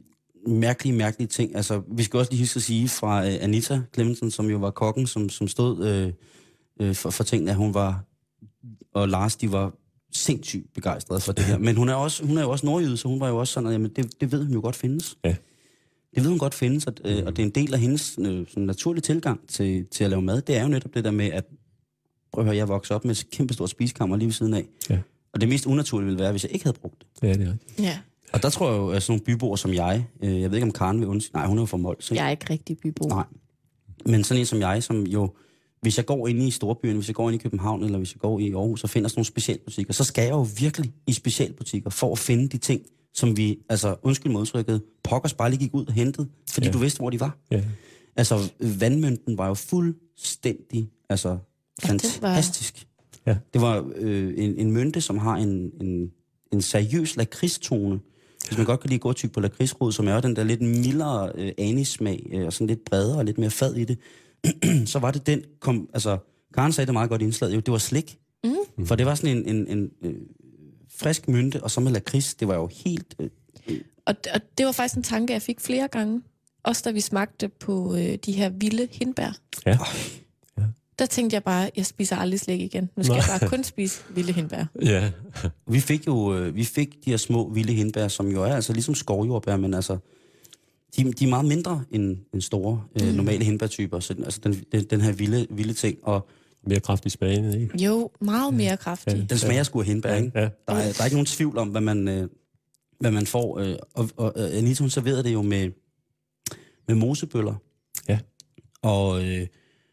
mærkelige, mærkelige ting. Altså, vi skal også lige huske at sige fra uh, Anita Clemmensen, som jo var kokken, som, som stod øh, øh, for, for tingene, at hun var, og Lars, de var sindssygt begejstrede for det her. Men hun er, også, hun er jo også nordjyde, så hun var jo også sådan, at jamen, det, det ved hun jo godt findes. Ja. Det ved hun godt findes, og, øh, og det er en del af hendes øh, sådan naturlige tilgang til, til at lave mad. Det er jo netop det der med, at prøv at høre, jeg voksede op med et kæmpestort spisekammer lige ved siden af. Ja. Og det mest unaturlige ville være, hvis jeg ikke havde brugt det. Ja, det er rigtigt. Ja. Og der tror jeg jo, at sådan nogle byboer som jeg, øh, jeg ved ikke om Karen vil undsige, nej, hun er jo fra Mols. Jeg er ikke rigtig bybo. Nej, men sådan en som jeg, som jo, hvis jeg går ind i storbyen, hvis jeg går ind i København, eller hvis jeg går i Aarhus og finder sådan nogle specialbutikker, så skal jeg jo virkelig i specialbutikker for at finde de ting, som vi, altså undskyld modtrykket, pokkers bare lige gik ud og hentede, fordi ja. du vidste, hvor de var. Ja. Altså, vandmønten var jo fuldstændig, altså, fantastisk. Ja, det var, ja. det var øh, en, en mønte, som har en, en, en seriøs lakridstone. Hvis man godt kan lide gå tyk på lakridsrod, som er den der lidt mildere øh, anissmag, øh, og sådan lidt bredere og lidt mere fad i det, så var det den, kom, altså, Karen sagde det meget godt indslaget, jo, det var slik. Mm. For det var sådan en, en, en øh, frisk mynte, og så med lakrids, det var jo helt... Øh, og, og det var faktisk en tanke, jeg fik flere gange, også da vi smagte på øh, de her vilde hindbær. Ja. ja. Der tænkte jeg bare, jeg spiser aldrig slik igen. Nu skal Nej. jeg bare kun spise vilde hindbær. Ja. Vi fik jo øh, vi fik de her små vilde hindbær, som jo er altså ligesom skovjordbær, men altså, de, de er meget mindre end, end store øh, mm. normale hindbærtyper, så altså den, den, den her vilde, vilde ting, og mere kraftig smag, ikke? Jo, meget mere kraftig. Ja. Den smager sgu af hindbær, ikke? Ja. Der, er, der er ikke nogen tvivl om, hvad man, øh, hvad man får. Øh, og, og øh, Anita, hun serverede det jo med, med mosebøller. Ja. Og, øh,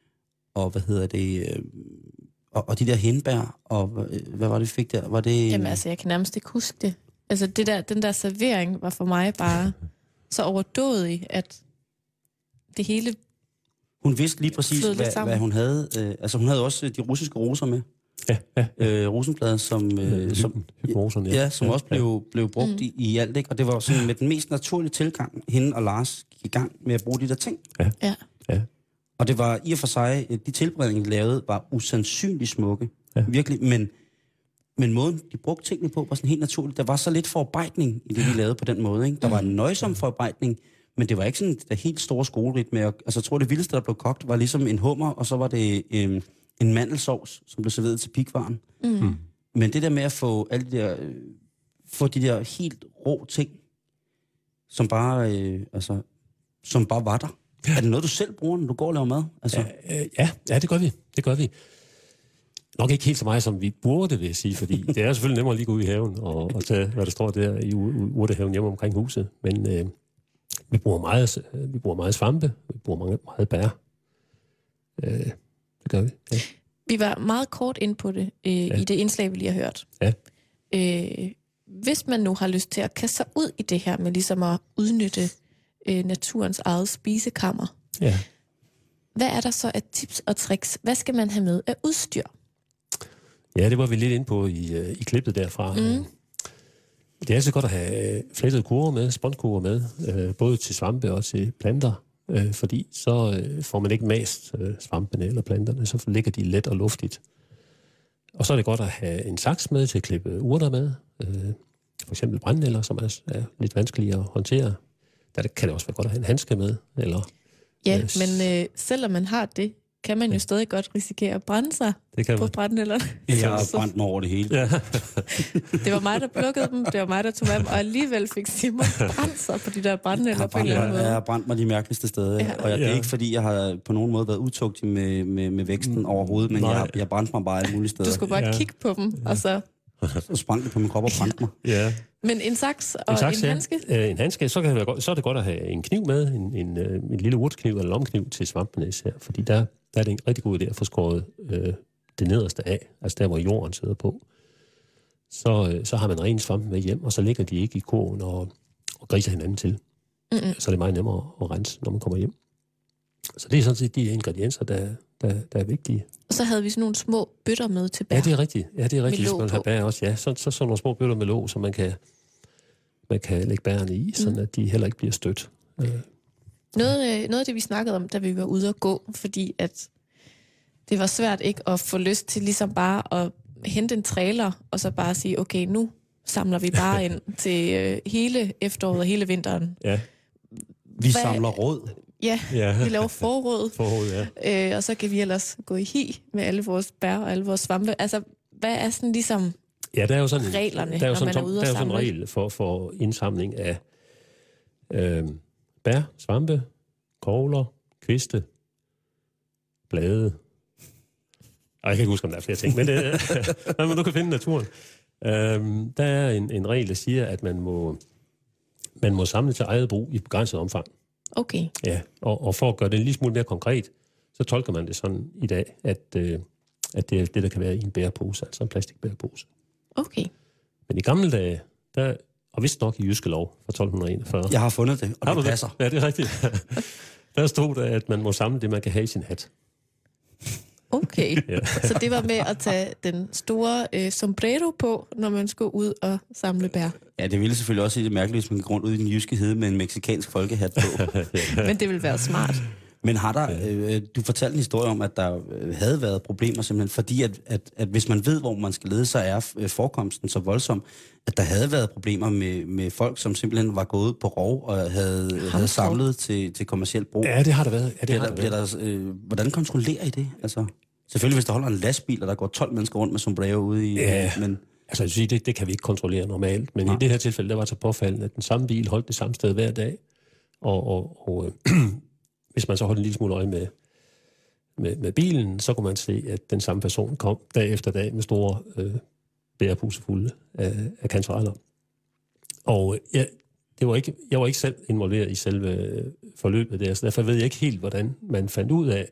og hvad hedder det... Øh, og, og de der hindbær, og øh, hvad var det, vi fik der? Var det... Jamen altså, jeg kan nærmest ikke huske det. Altså, det der, den der servering var for mig bare så overdådig, at det hele... Hun vidste lige præcis, hvad, hvad hun havde. Øh, altså, hun havde også de russiske roser med. Ja, ja. Øh, rosenblad, som, øh, som, ja. Ja, som ja, også blev, ja. blev brugt mm. i, i alt, ikke? Og det var sådan med den mest naturlige tilgang, hende og Lars gik i gang med at bruge de der ting. Ja. ja. ja. Og det var i og for sig, de tilberedninger, de lavede, var usandsynligt smukke. Ja. Virkelig, men, men måden, de brugte tingene på, var sådan helt naturligt. Der var så lidt forarbejdning i det, de lavede på den måde, ikke? Der var en nøjsom forarbejdning, men det var ikke sådan der helt store skolerit med. Altså, jeg tror, det vildeste, der blev kogt, var ligesom en hummer, og så var det øh, en mandelsovs, som blev serveret til pikvaren. Mm. Men det der med at få alle de der, øh, få de der helt rå ting, som bare, øh, altså, som bare var der. Ja. Er det noget, du selv bruger, når du går og laver mad? Altså... Ja, øh, ja, ja, det gør vi. Det gør vi. Nok ikke helt så meget, som vi burde, vil jeg sige, fordi det er selvfølgelig nemmere at lige gå ud i haven og, og tage, hvad der står der i urtehaven hjemme omkring huset. Men øh, vi bruger meget, vi bruger meget svampe, vi bruger meget, meget bær. Øh, det gør vi, ja. Vi var meget kort ind på det øh, ja. i det indslag, vi lige har hørt. Ja. Øh, hvis man nu har lyst til at kaste sig ud i det her med ligesom at udnytte øh, naturens eget spisekammer, ja. hvad er der så af tips og tricks? Hvad skal man have med af udstyr? Ja, det var vi lidt inde på i, i klippet derfra. Mm. Det er altså godt at have flettede kurver med, sponskurver med, øh, både til svampe og til planter, øh, fordi så øh, får man ikke mast øh, svampene eller planterne, så ligger de let og luftigt. Og så er det godt at have en saks med til at klippe urter med, øh, for eksempel brændenælder, som er, er lidt vanskelige at håndtere. Der kan det også være godt at have en handske med. Eller, ja, øh, men øh, selvom man har det, kan man jo ja. stadig godt risikere at brænde sig på brændenælderne. Jeg har brændt mig over det hele. Ja. Det var mig, der plukkede dem, det var mig, der tog med dem, og alligevel fik Simon brændt sig på de der brændenælder på en eller anden måde. Jeg har brændt mig de mærkeligste steder, ja. og jeg, det er ikke fordi, jeg har på nogen måde været utugtig med, med, med væksten mm. overhovedet, men jeg, jeg brændte mig bare alle mulige steder. Du skulle bare ja. kigge på dem, og så... Så sprang det på min krop og brændte mig. Ja. Men en saks og en, saks, en handske? Ja. En handske, så, kan det være godt, så er det godt at have en kniv med, en, en, en lille urtkniv eller lomkniv til svampenæs her, fordi der, der er det en rigtig god idé at få skåret øh, det nederste af, altså der, hvor jorden sidder på. Så, øh, så har man ren svampen med hjem, og så ligger de ikke i kurven og, og griser hinanden til. Mm-mm. Så er det meget nemmere at rense, når man kommer hjem. Så det er sådan set de ingredienser, der, der, der er vigtige. Og så havde vi sådan nogle små bøtter med til bær. Ja, det er rigtigt. Ja, det er rigtigt, hvis man har bær også. Ja, så, så sådan nogle små bøtter med låg, så man kan, man kan lægge bærene i, sådan mm. at de heller ikke bliver stødt. Noget, noget af det, vi snakkede om, da vi var ude at gå, fordi at det var svært ikke at få lyst til ligesom bare at hente en trailer, og så bare sige, okay, nu samler vi bare ind til øh, hele efteråret og hele vinteren. Ja. Vi samler råd. Ja, Ja. vi laver forråd. Forråd, ja. Øh, og så kan vi ellers gå i hi med alle vores bær og alle vores svampe. Altså, hvad er sådan ligesom Ja, der er jo sådan, reglerne, der er jo når sådan, man er ude der at er jo sådan en samle? regel for, for indsamling af øh, bær, svampe, kogler, kviste, blade. Ej, jeg kan ikke huske, om der er flere ting, men det, når man nu kan finde naturen. Øhm, der er en, en regel, der siger, at man må, man må samle til eget brug i begrænset omfang. Okay. Ja, og, og for at gøre det en lille smule mere konkret, så tolker man det sådan i dag, at, øh, at det er det, der kan være i en bærepose, altså en plastikbærepose. Okay. Men i gamle dage, der, og vist nok i Jyske Lov fra tolv enogfyrre. Jeg har fundet det, og Har det du passer. det? Ja, det er rigtigt. Der stod der, at man må samle det, man kan have i sin hat. Okay. Ja. Så det var med at tage den store øh, sombrero på, når man skulle ud og samle bær. Ja, det ville selvfølgelig også se det mærkeligt, hvis man gik rundt ude i den jyske hede med en meksikansk folkehat på. Men det ville være smart. Men har der, øh, du fortalte en historie om, at der øh, havde været problemer simpelthen, fordi at, at, at hvis man ved, hvor man skal lede, så er øh, forekomsten så voldsom, at der havde været problemer med, med folk, som simpelthen var gået på rov og havde, havde samlet til, til kommercielt brug. Ja, det har der været. Ja, det Bliver har der, der bliver været. der, øh, hvordan kontrollerer I det? Altså, selvfølgelig, hvis der holder en lastbil, og der går tolv mennesker rundt med sombrero ude i... Ja. Men, Altså, jeg vil sige, det, det kan vi ikke kontrollere normalt, men Nej. i det her tilfælde, der var så påfaldende, at den samme bil holdt det samme sted hver dag, og, og, og øh, hvis man så holdt en lille smule øje med, med, med bilen, så kunne man se, at den samme person kom dag efter dag med store øh, bæreposer fulde af, af kantareller. Og øh, jeg, det var ikke, jeg var ikke selv involveret i selve øh, forløbet der, så derfor ved jeg ikke helt, hvordan man fandt ud af,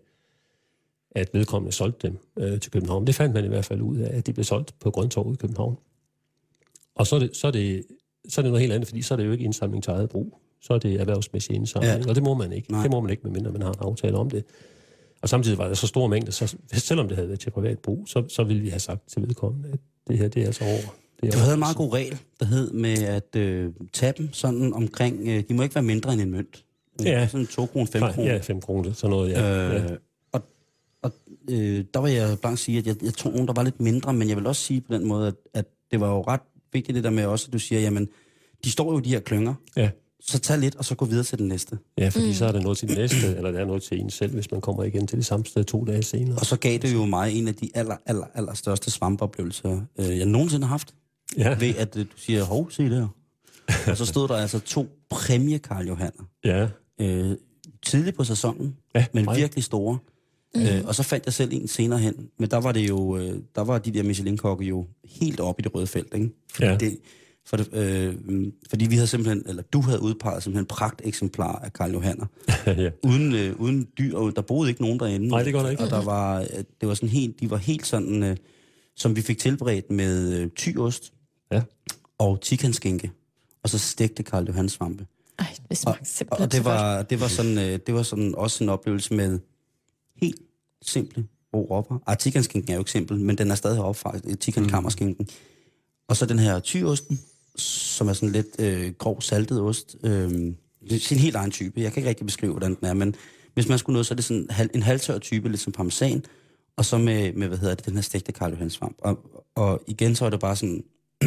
at vedkommende solgte dem øh, til København. Det fandt man i hvert fald ud af, at de blev solgt på Grøntorvet i København. Og så er, det, så, er det, så er det noget helt andet, fordi så er det jo ikke indsamling til eget brug. Så er det erhvervsmæssig indsamling, ja. Og det må man ikke. Nej. Det må man ikke, medmindre man har en aftale om det. Og samtidig var der så store mængder, så selvom det havde været til privat brug, så, så ville vi have sagt til vedkommende, at det her, det er altså over. Det er du over. havde en meget god regel, der hed med at øh, tage dem sådan omkring... Øh, de må ikke være mindre end en mønt. Ja. Sådan to kroner, fem kroner. Ja, fem kroner, sådan noget, ja. Øh, ja. Og, og øh, der var jeg blankt sige, at jeg, jeg tror nogen, der var lidt mindre, men jeg vil også sige på den måde, at, at det var jo ret vigtigt det der med også, at du siger, jamen, de står jo de her klynger, Ja. så tag lidt, og så gå videre til den næste. Ja, fordi mm. så er der noget til den næste, eller der er noget til en selv, hvis man kommer igen til det samme sted to dage senere. Og så gav det jo mig en af de aller, aller, aller største svampeoplevelser, øh, jeg nogensinde har haft. Ja. Ved at øh, du siger, hov, se der. Og så stod der altså to præmie Karl Johanner. Ja. Øh, tidligt på sæsonen, Ja, men meget. virkelig store. Mm. Øh, og så fandt jeg selv en senere hen. Men der var det jo, øh, der var de der Michelin-kokke jo helt oppe i det røde felt, ikke? Fordi, Ja. det, for det, øh, fordi vi havde simpelthen, eller du havde udpeget simpelthen pragt eksemplar af Karl Johanner. ja. Uden, øh, uden dyr, og der boede ikke nogen derinde. Nej, det gør der ikke. Og der var, øh, det var sådan helt, de var helt sådan, øh, som vi fik tilberedt med øh, tyost Ja. og tikanskinke. Og så stegte Karl Johannes svampe. Ej, det Og, smagte simpelthen og det så godt. var, det var sådan, øh, det var sådan også en oplevelse med helt simple råopper. Ah, tikanskinken er jo ikke simpel, men den er stadig heroppe fra tikankammerskinken. Mm. Og så den her tyosten, som er sådan lidt øh, grov saltet ost. Øh, det er sin helt egen type. Jeg kan ikke rigtig beskrive, hvordan den er, men hvis man skulle noget, så er det sådan halv, en halvtør type, lidt som parmesan, og så med, med hvad hedder det, den her stegte Karl Johannes svamp. Og, og igen, så er det bare sådan,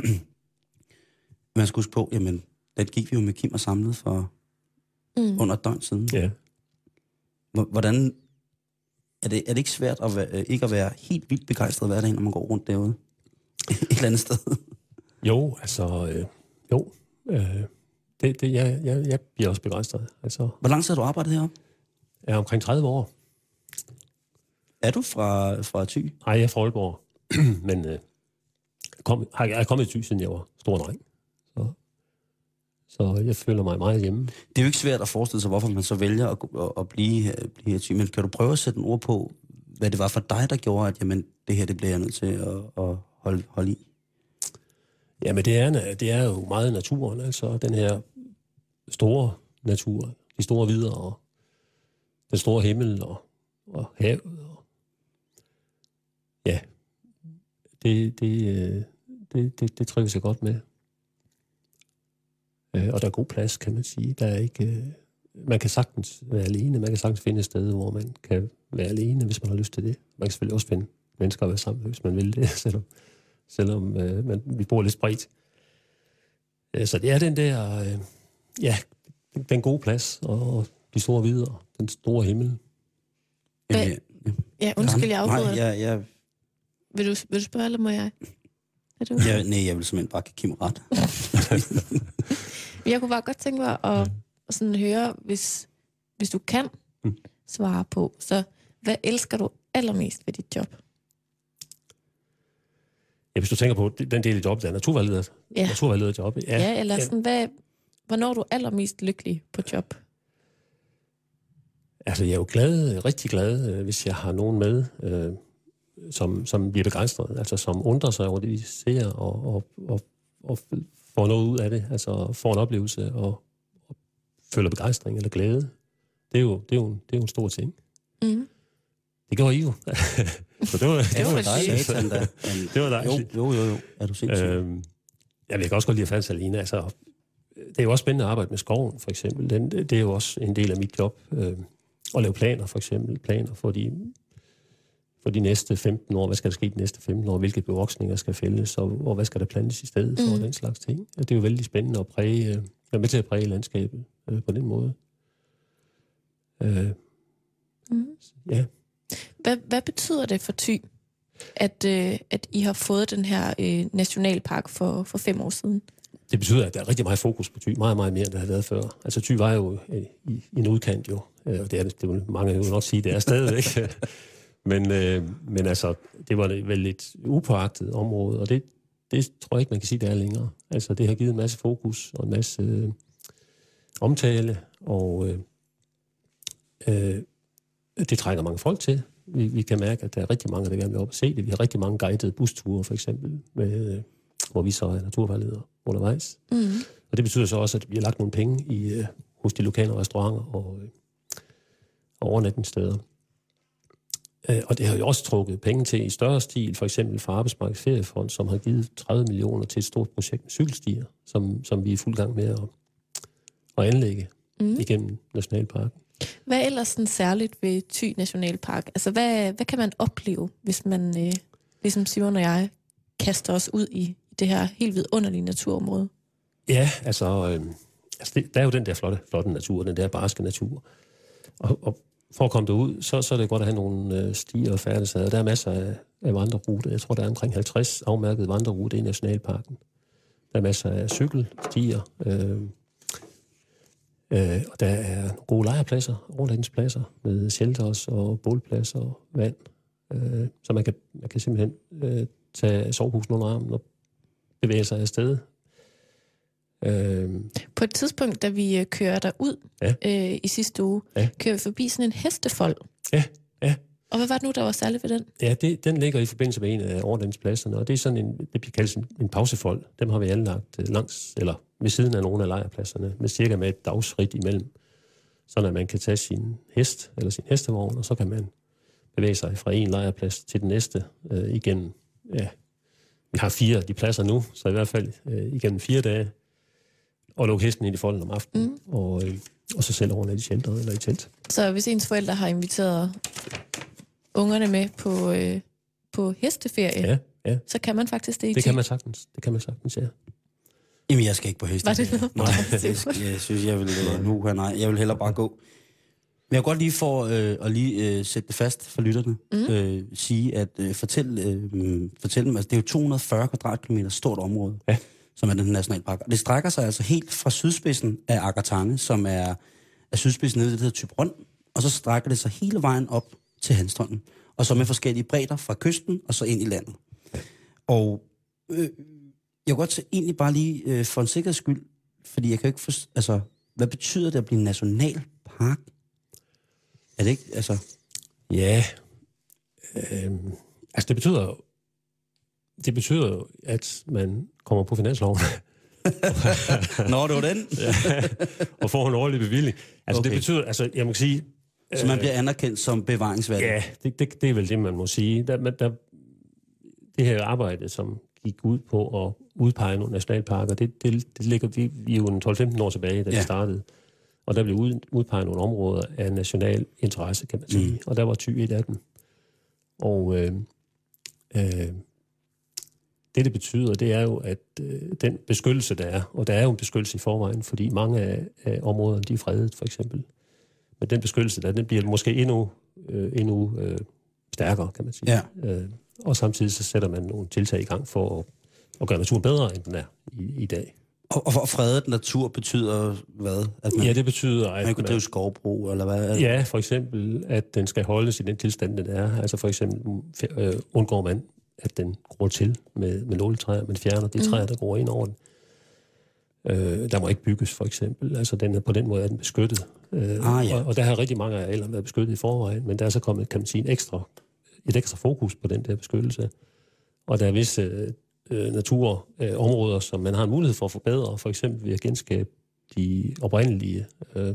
man skulle huske på, jamen, den gik vi jo med Kim og samlet for mm. under et døgn siden. Ja. Hvordan, er det, er det ikke svært at være, ikke at være helt vildt begejstret hver dag, når man går rundt derude? Et eller andet sted. Jo, altså, øh, jo. Øh, det, det, jeg, jeg, jeg bliver også begejstret. Altså, Hvor lang tid har du arbejdet heroppe? jeg er omkring tredive år. Er du fra, fra Thy? Nej, jeg er fra Aalborg. Men øh, kom, har, jeg er kommet i Thy, siden jeg var stor dreng. Så, så jeg føler mig meget hjemme. Det er jo ikke svært at forestille sig, hvorfor man så vælger at, at, at blive, blive her Thy. Men kan du prøve at sætte en ord på, hvad det var for dig, der gjorde, at jamen, det her det bliver jeg nødt til at, at holde, holde i? Jamen, det er, det er jo meget naturen, altså den her store natur, de store vidder, og den store himmel, og, og havet, og ja, det, det, øh, det, det, det trives jeg godt med. Øh, Og der er god plads, kan man sige. Der er ikke, øh, man kan sagtens være alene, man kan sagtens finde et sted, hvor man kan være alene, hvis man har lyst til det. Man kan selvfølgelig også finde mennesker at være sammen med, hvis man vil det, selvom, selvom øh, man, vi bor lidt spredt. Øh, Så det er den der, øh, ja, den gode plads, og de store vidder, den store himmel. Hva? Ja, undskyld, jeg afbryder. Nej, jeg, jeg... Vil, du, vil du spørge, eller må jeg? Er du? jeg nej, jeg vil simpelthen bare give Kim ret. Jeg kunne bare godt tænke mig at, Mm. at sådan høre, hvis, hvis du kan Mm. svare på, så hvad elsker du allermest ved dit job? Ja, hvis du tænker på den del af jobbet, der er naturvejleder, Ja. naturvejleder job. Ja, ja eller sådan, hvad, hvornår er du allermest lykkelig på job? Altså, jeg er jo glad, rigtig glad, øh, hvis jeg har nogen med, øh, som, som bliver begejstret, altså som undrer sig over det, de ser, og, og, og, og får noget ud af det, altså får en oplevelse, og, og føler begejstring eller glæde. Det er jo, det er jo, det er jo en stor ting. Mm. Det gjorde I jo. Så det var, det Det var var dejligt. Satan da. Det var dejligt. Jo, jo, jo, jo. Er du sindssyg? Øhm, jeg vil også godt lide at falde alene. Altså, det er jo også spændende at arbejde med skoven, for eksempel. Den, det er jo også en del af mit job. Øh, at lave planer, for eksempel. Planer for de, for de næste femten år. Hvad skal der ske de næste femten år? Hvilke bevoksninger skal fældes? Og, og hvad skal der plantes i stedet for? Mm. Den slags ting. Og det er jo vældig spændende at præge, øh, være med til at præge landskabet øh, på den måde. Øh, Mm. ja. Hvad, hvad betyder det for Thy, at, øh, at I har fået den her øh, nationalpark for, for fem år siden? Det betyder, at der er rigtig meget fokus på Thy. Meget, meget mere, end der har været før. Altså, Thy var jo øh, i, i en udkant jo. Øh, og det er det, det vil mange jo nok sige, det er stadigvæk. men, øh, men altså, det var vel et upåagtet område, og det, det tror jeg ikke, man kan sige, det er længere. Altså, det har givet en masse fokus og en masse øh, omtale, og øh, øh, det trækker mange folk til. Vi, vi kan mærke, at der er rigtig mange, der gerne vil op og se det. Vi har rigtig mange guidede busture, for eksempel, med, øh, hvor vi så er naturvejledere undervejs. Mm. Og det betyder så også, at vi har lagt nogle penge i, øh, hos de lokale restauranter og, øh, og overnatningssteder. Øh, og det har jo også trukket penge til i større stil, for eksempel fra Arbejdsmarkedets Feriefond, som har givet tredive millioner til et stort projekt med cykelstier, som, som vi er i fuld gang med at, at anlægge mm. igennem Nationalparken. Hvad er ellers sådan særligt ved Thy Nationalpark? Altså, hvad, hvad kan man opleve, hvis man, øh, ligesom Simon og jeg, kaster os ud i det her helt vidunderlige naturområde? Ja, altså, øh, altså det, der er jo den der flotte, flotte natur, den der barske natur. Og, og for at komme derud, så, så er det godt at have nogle øh, stier og færdigheder. Der er masser af, af vandreruter. Jeg tror, der er omkring halvtreds afmærkede vandreruter i Nationalparken. Der er masser af cykelstier, øh, øh, og der er gode lejrpladser, overnatningspladser med shelters og bålpladser og vand. Øh, så man kan, man kan simpelthen øh, tage sovehusen under armen og bevæge sig afsted. Øh, På et tidspunkt, da vi øh, kører derud ja. øh, i sidste uge, Ja. kører vi forbi sådan en hestefold. Ja, ja. Og hvad var det nu, der var særligt ved den? Ja, det, den ligger i forbindelse med en af overnatningspladserne, og det er sådan en, det bliver kaldt en, en pausefold. Dem har vi anlagt øh, langs, eller ved siden af nogle af lejrpladserne, med cirka med et dagsrit imellem, sådan at man kan tage sin hest, eller sin hestevogn, og så kan man bevæge sig fra en lejrplads til den næste øh, igennem, ja, vi har fire af de pladser nu, så i hvert fald øh, igennem fire dage, og lukke hesten ind i folden om aftenen, mm. og, øh, og så selv overnatte i shelteret eller i telt. Så hvis ens forældre har inviteret ungerne med på, øh, på hesteferie, Ja, ja. så kan man faktisk det i Det Thy. kan man sagtens, det kan man sagtens, ja. Jamen, jeg skal ikke på heste. Var det noget? Nej, jeg, skal, jeg synes, jeg vil uh, nu her, nej. Jeg vil hellere bare gå. Men jeg vil godt lige for øh, at lige øh, sætte det fast for lytterne, mm. øh, sige, at øh, fortæl, øh, fortæl dem, altså det er jo to hundrede og fyrre kvadratkilometer stort område, Ja. som er den nationalpark. Og det strækker sig altså helt fra sydspidsen af Agatange, som er, er sydspidsen nede, det hedder Thyborøn, og så strækker det sig hele vejen op til Hanstholm, og så med forskellige bredder fra kysten og så ind i landet. Og øh, jeg kan godt se, egentlig bare lige øh, for en sikkerheds skyld, fordi jeg kan ikke forstå, altså, hvad betyder det at blive en nationalpark? Er det ikke, altså... Ja, øh, altså det betyder det betyder jo, at man kommer på finansloven. Nå, det var den. Ja, og får en årlig bevilling. Altså okay. Det betyder, altså jeg må sige... Så man bliver anerkendt som bevaringsværdig? Ja, det, det, det er vel det, man må sige. Der, der, det her arbejde, som gik ud på at udpege nogle nationalparker, det, det, det ligger vi, vi er jo tolv femten år tilbage, da ja. det startede. Og der blev ud, udpeget nogle områder af national interesse, kan man sige. Mm. Og der var Thy et af dem. Og øh, øh, det, det betyder, det er jo, at øh, den beskyttelse, der er, og der er jo en beskyttelse i forvejen, fordi mange af, af områderne, de er fredet, for eksempel. Men den beskyttelse, der, den bliver måske endnu, øh, endnu øh, stærkere, kan man sige. Ja. Øh, og samtidig så sætter man nogle tiltag i gang for at, at gøre naturen bedre, end den er i, i dag. Og, og fredet natur betyder hvad? At man, Ja, det betyder, at man kan drive skovbrug, eller hvad? Ja, for eksempel, at den skal holdes i den tilstand, den er. Altså for eksempel øh, undgår man, at den gror til med, med nåletræer, men fjerner de træer, der går ind over den. Øh, der må ikke bygges, for eksempel. Altså den er, på den måde er den beskyttet. Øh, ah, ja. og, og der har rigtig mange arealer været beskyttet i forvejen, men der er så kommet, kan man sige, en ekstra, et ekstra fokus på den der beskyttelse. Og der er visse øh, naturområder, øh, som man har en mulighed for at forbedre, for eksempel ved at genskabe de oprindelige øh,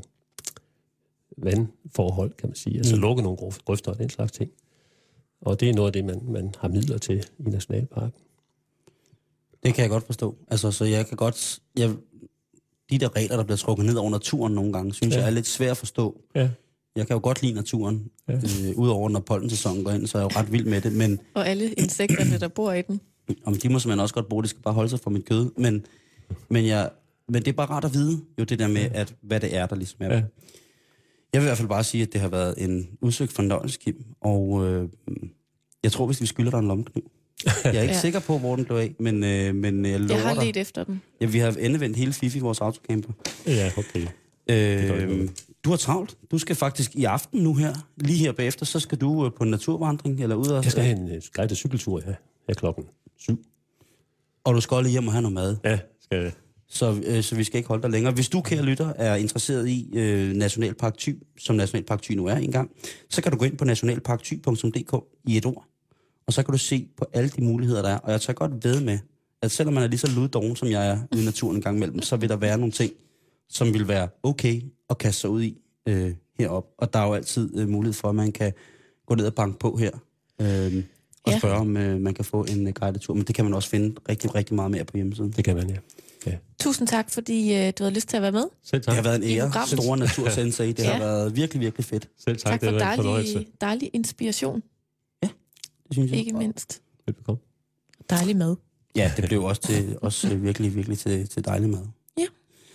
vandforhold, kan man sige. Altså mm. lukke nogle grøfter og den slags ting. Og det er noget af det, man, man har midler til i Nationalparken. Det kan jeg godt forstå. Altså, så jeg kan godt... Jeg, de der regler, der bliver trukket ned over naturen nogle gange, synes ja. jeg er lidt svært at forstå. Ja. Jeg kan jo godt lide naturen. Ja. Øh, Udover når pollensæsonen går ind, så er jeg jo ret vild med det. Men, og alle insekterne, der bor i den. Om de må simpelthen også godt bruge, de skal bare holde sig fra mit kød. Men, men, jeg, men det er bare rart at vide, jo det der med, at, hvad det er, der ligesom er. Ja. Jeg vil i hvert fald bare sige, at det har været en udsøgt fornøjelse, Kim. Og øh, jeg tror, hvis vi skylder dig en lommekniv. Jeg er ikke ja. sikker på, hvor den blev af, men, øh, men jeg lover dig. Jeg har let efter den. Ja, vi har endevendt hele Fifi, vores autocamper. Ja, okay. Øh, du har travlt. Du skal faktisk i aften nu her, lige her bagefter, så skal du på en naturvandring, eller ud og... Jeg skal have en guided cykeltur her, her klokken syv. Og du skal lige hjem og have noget mad. Ja, skal jeg. Så, øh, så vi skal ikke holde dig længere. Hvis du, kære lytter, er interesseret i øh, Nationalpark Thy, som Nationalpark Thy nu er engang, så kan du gå ind på nationalpark thy punktum d k i et ord, og så kan du se på alle de muligheder, der er. Og jeg tager godt ved med, at selvom man er lige så luddoven, som jeg er ude i naturen en gang imellem, så vil der være nogle ting, som vil være okay at kaste sig ud i øh, heroppe. Og der er jo altid øh, mulighed for, at man kan gå ned og banke på her, øh, og ja. spørge, om øh, man kan få en øh, guided tur. Men det kan man også finde rigtig, rigtig meget mere på hjemmesiden. Det kan man, ja. Ja. Tusind tak, fordi øh, du havde lyst til at være med. Selv tak. Det har været en ære. Store natursensei. Det ja. har været virkelig, virkelig fedt. Selv tak. Tak for det dejlig, dejlig inspiration. Ja, det synes jeg. Ikke mindst. Velbekomme. Dejlig mad. Ja, det blev også, til, også virkelig, virkelig til, til dejlig mad. Ja.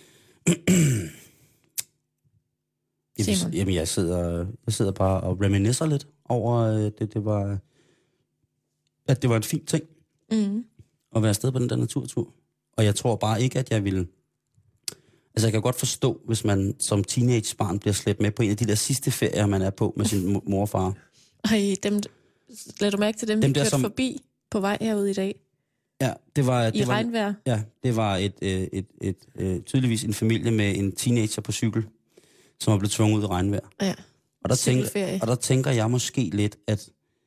Jamen, jamen, jeg sidder, jeg sidder bare og reminiscer lidt over, det, det var, at det var en fin ting mm. at være afsted på den der naturtur. Og jeg tror bare ikke, at jeg ville... Altså, jeg kan godt forstå, hvis man som teenagebarn bliver slæbt med på en af de der sidste ferier, man er på med sin mor og far. Ej, dem... Lad du mærke til dem, dem vi kørte som... forbi på vej herude i dag? Ja, det var... I det var, regnvejr? Ja, det var et, et, et, et, et, tydeligvis en familie med en teenager på cykel, som var blevet tvunget ud i regnvejr. Ja, og der, tænker, og der tænker jeg måske lidt, at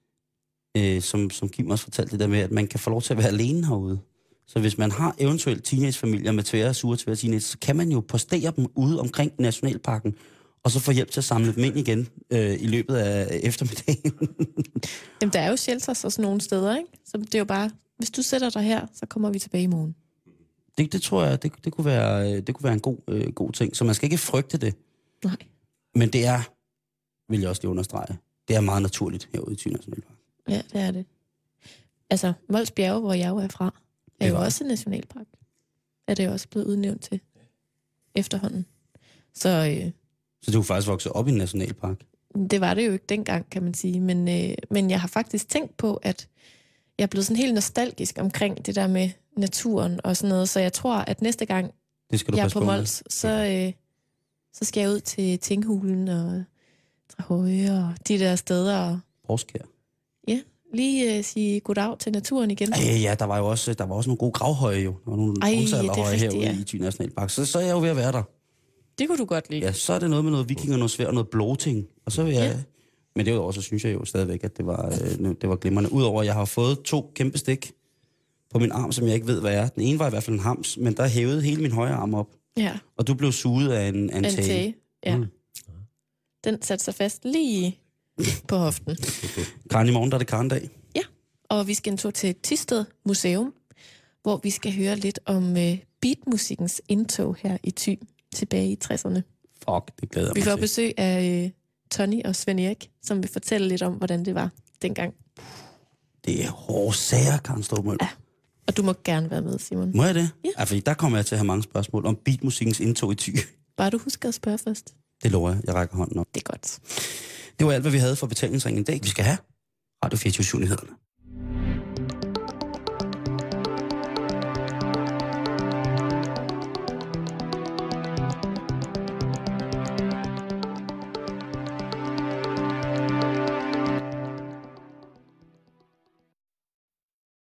øh, som, som Kim også fortalte det der med, at man kan få lov til at være alene herude. Så hvis man har eventuelt teenagefamilier med tvære, sure, tvære teenage, så kan man jo postere dem ude omkring Nationalparken, og så få hjælp til at samle dem ind igen øh, i løbet af eftermiddagen. Jamen, der er jo shelters og sådan nogle steder, ikke? Så det er jo bare, hvis du sætter dig her, så kommer vi tilbage i morgen. Det, det tror jeg, det, det, kunne være, det kunne være en god, øh, god ting. Så man skal ikke frygte det. Nej. Men det er, vil jeg også lige understrege, det er meget naturligt herude i Thy Nationalpark. Ja, det er det. Altså, Mols Bjerge, hvor jeg jo er fra, er jo også en nationalpark. Er det jo også blevet udnævnt til efterhånden. Så, øh, så du er faktisk vokset op i en nationalpark? Det var det jo ikke dengang, kan man sige. Men, øh, men jeg har faktisk tænkt på, at jeg er blevet sådan helt nostalgisk omkring det der med naturen og sådan noget. Så jeg tror, at næste gang det skal du jeg er på Mols, så, øh, så skal jeg ud til Tinghulen og Drahøje og de der steder. Og Porskær. Ja, lige øh, sige goddag til naturen igen. Ej, ja, der var jo også, der var også nogle gode gravhøje jo. Der var nogle bronzealderhøje herude ja. i Thy Nationalpark. Så, så er jeg jo ved at være der. Det kunne du godt lide. Ja, så er det noget med noget viking og noget svært og noget bloting. Og så vil jeg... Ja. Men derudover, så synes jeg jo stadigvæk, at det var, øh, det var glimrende. Udover, at jeg har fået to kæmpe stik på min arm, som jeg ikke ved, hvad er. Den ene var i hvert fald en hams, men der hævede hele min højre arm op. Ja. Og du blev suget af en, en, en tage. tage. Ja. Mm. Den satte sig fast lige på hoften. Karen, i morgen, der er det Karendag. Ja, og vi skal en tur til Thisted Museum, hvor vi skal høre lidt om uh, beatmusikkens indtog her i Thy tilbage i tresserne. Fuck, det glæder jeg vi mig til. Vi får besøg af uh, Tony og Svend Erik, som vil fortælle lidt om, hvordan det var dengang. Det er hårde sager, Karen Stormøl. Ja, Og du må gerne være med, Simon. Må jeg det? Ja. Ja, fordi der kommer jeg til at have mange spørgsmål om beatmusikkens indtog i Thy. Bare du husker at spørge først. Det lover jeg. Jeg rækker hånden op. Det er godt. Det var alt, hvad vi havde for betalingsringen i dag. Vi skal have Radio fireogtyve syv-nyhederne.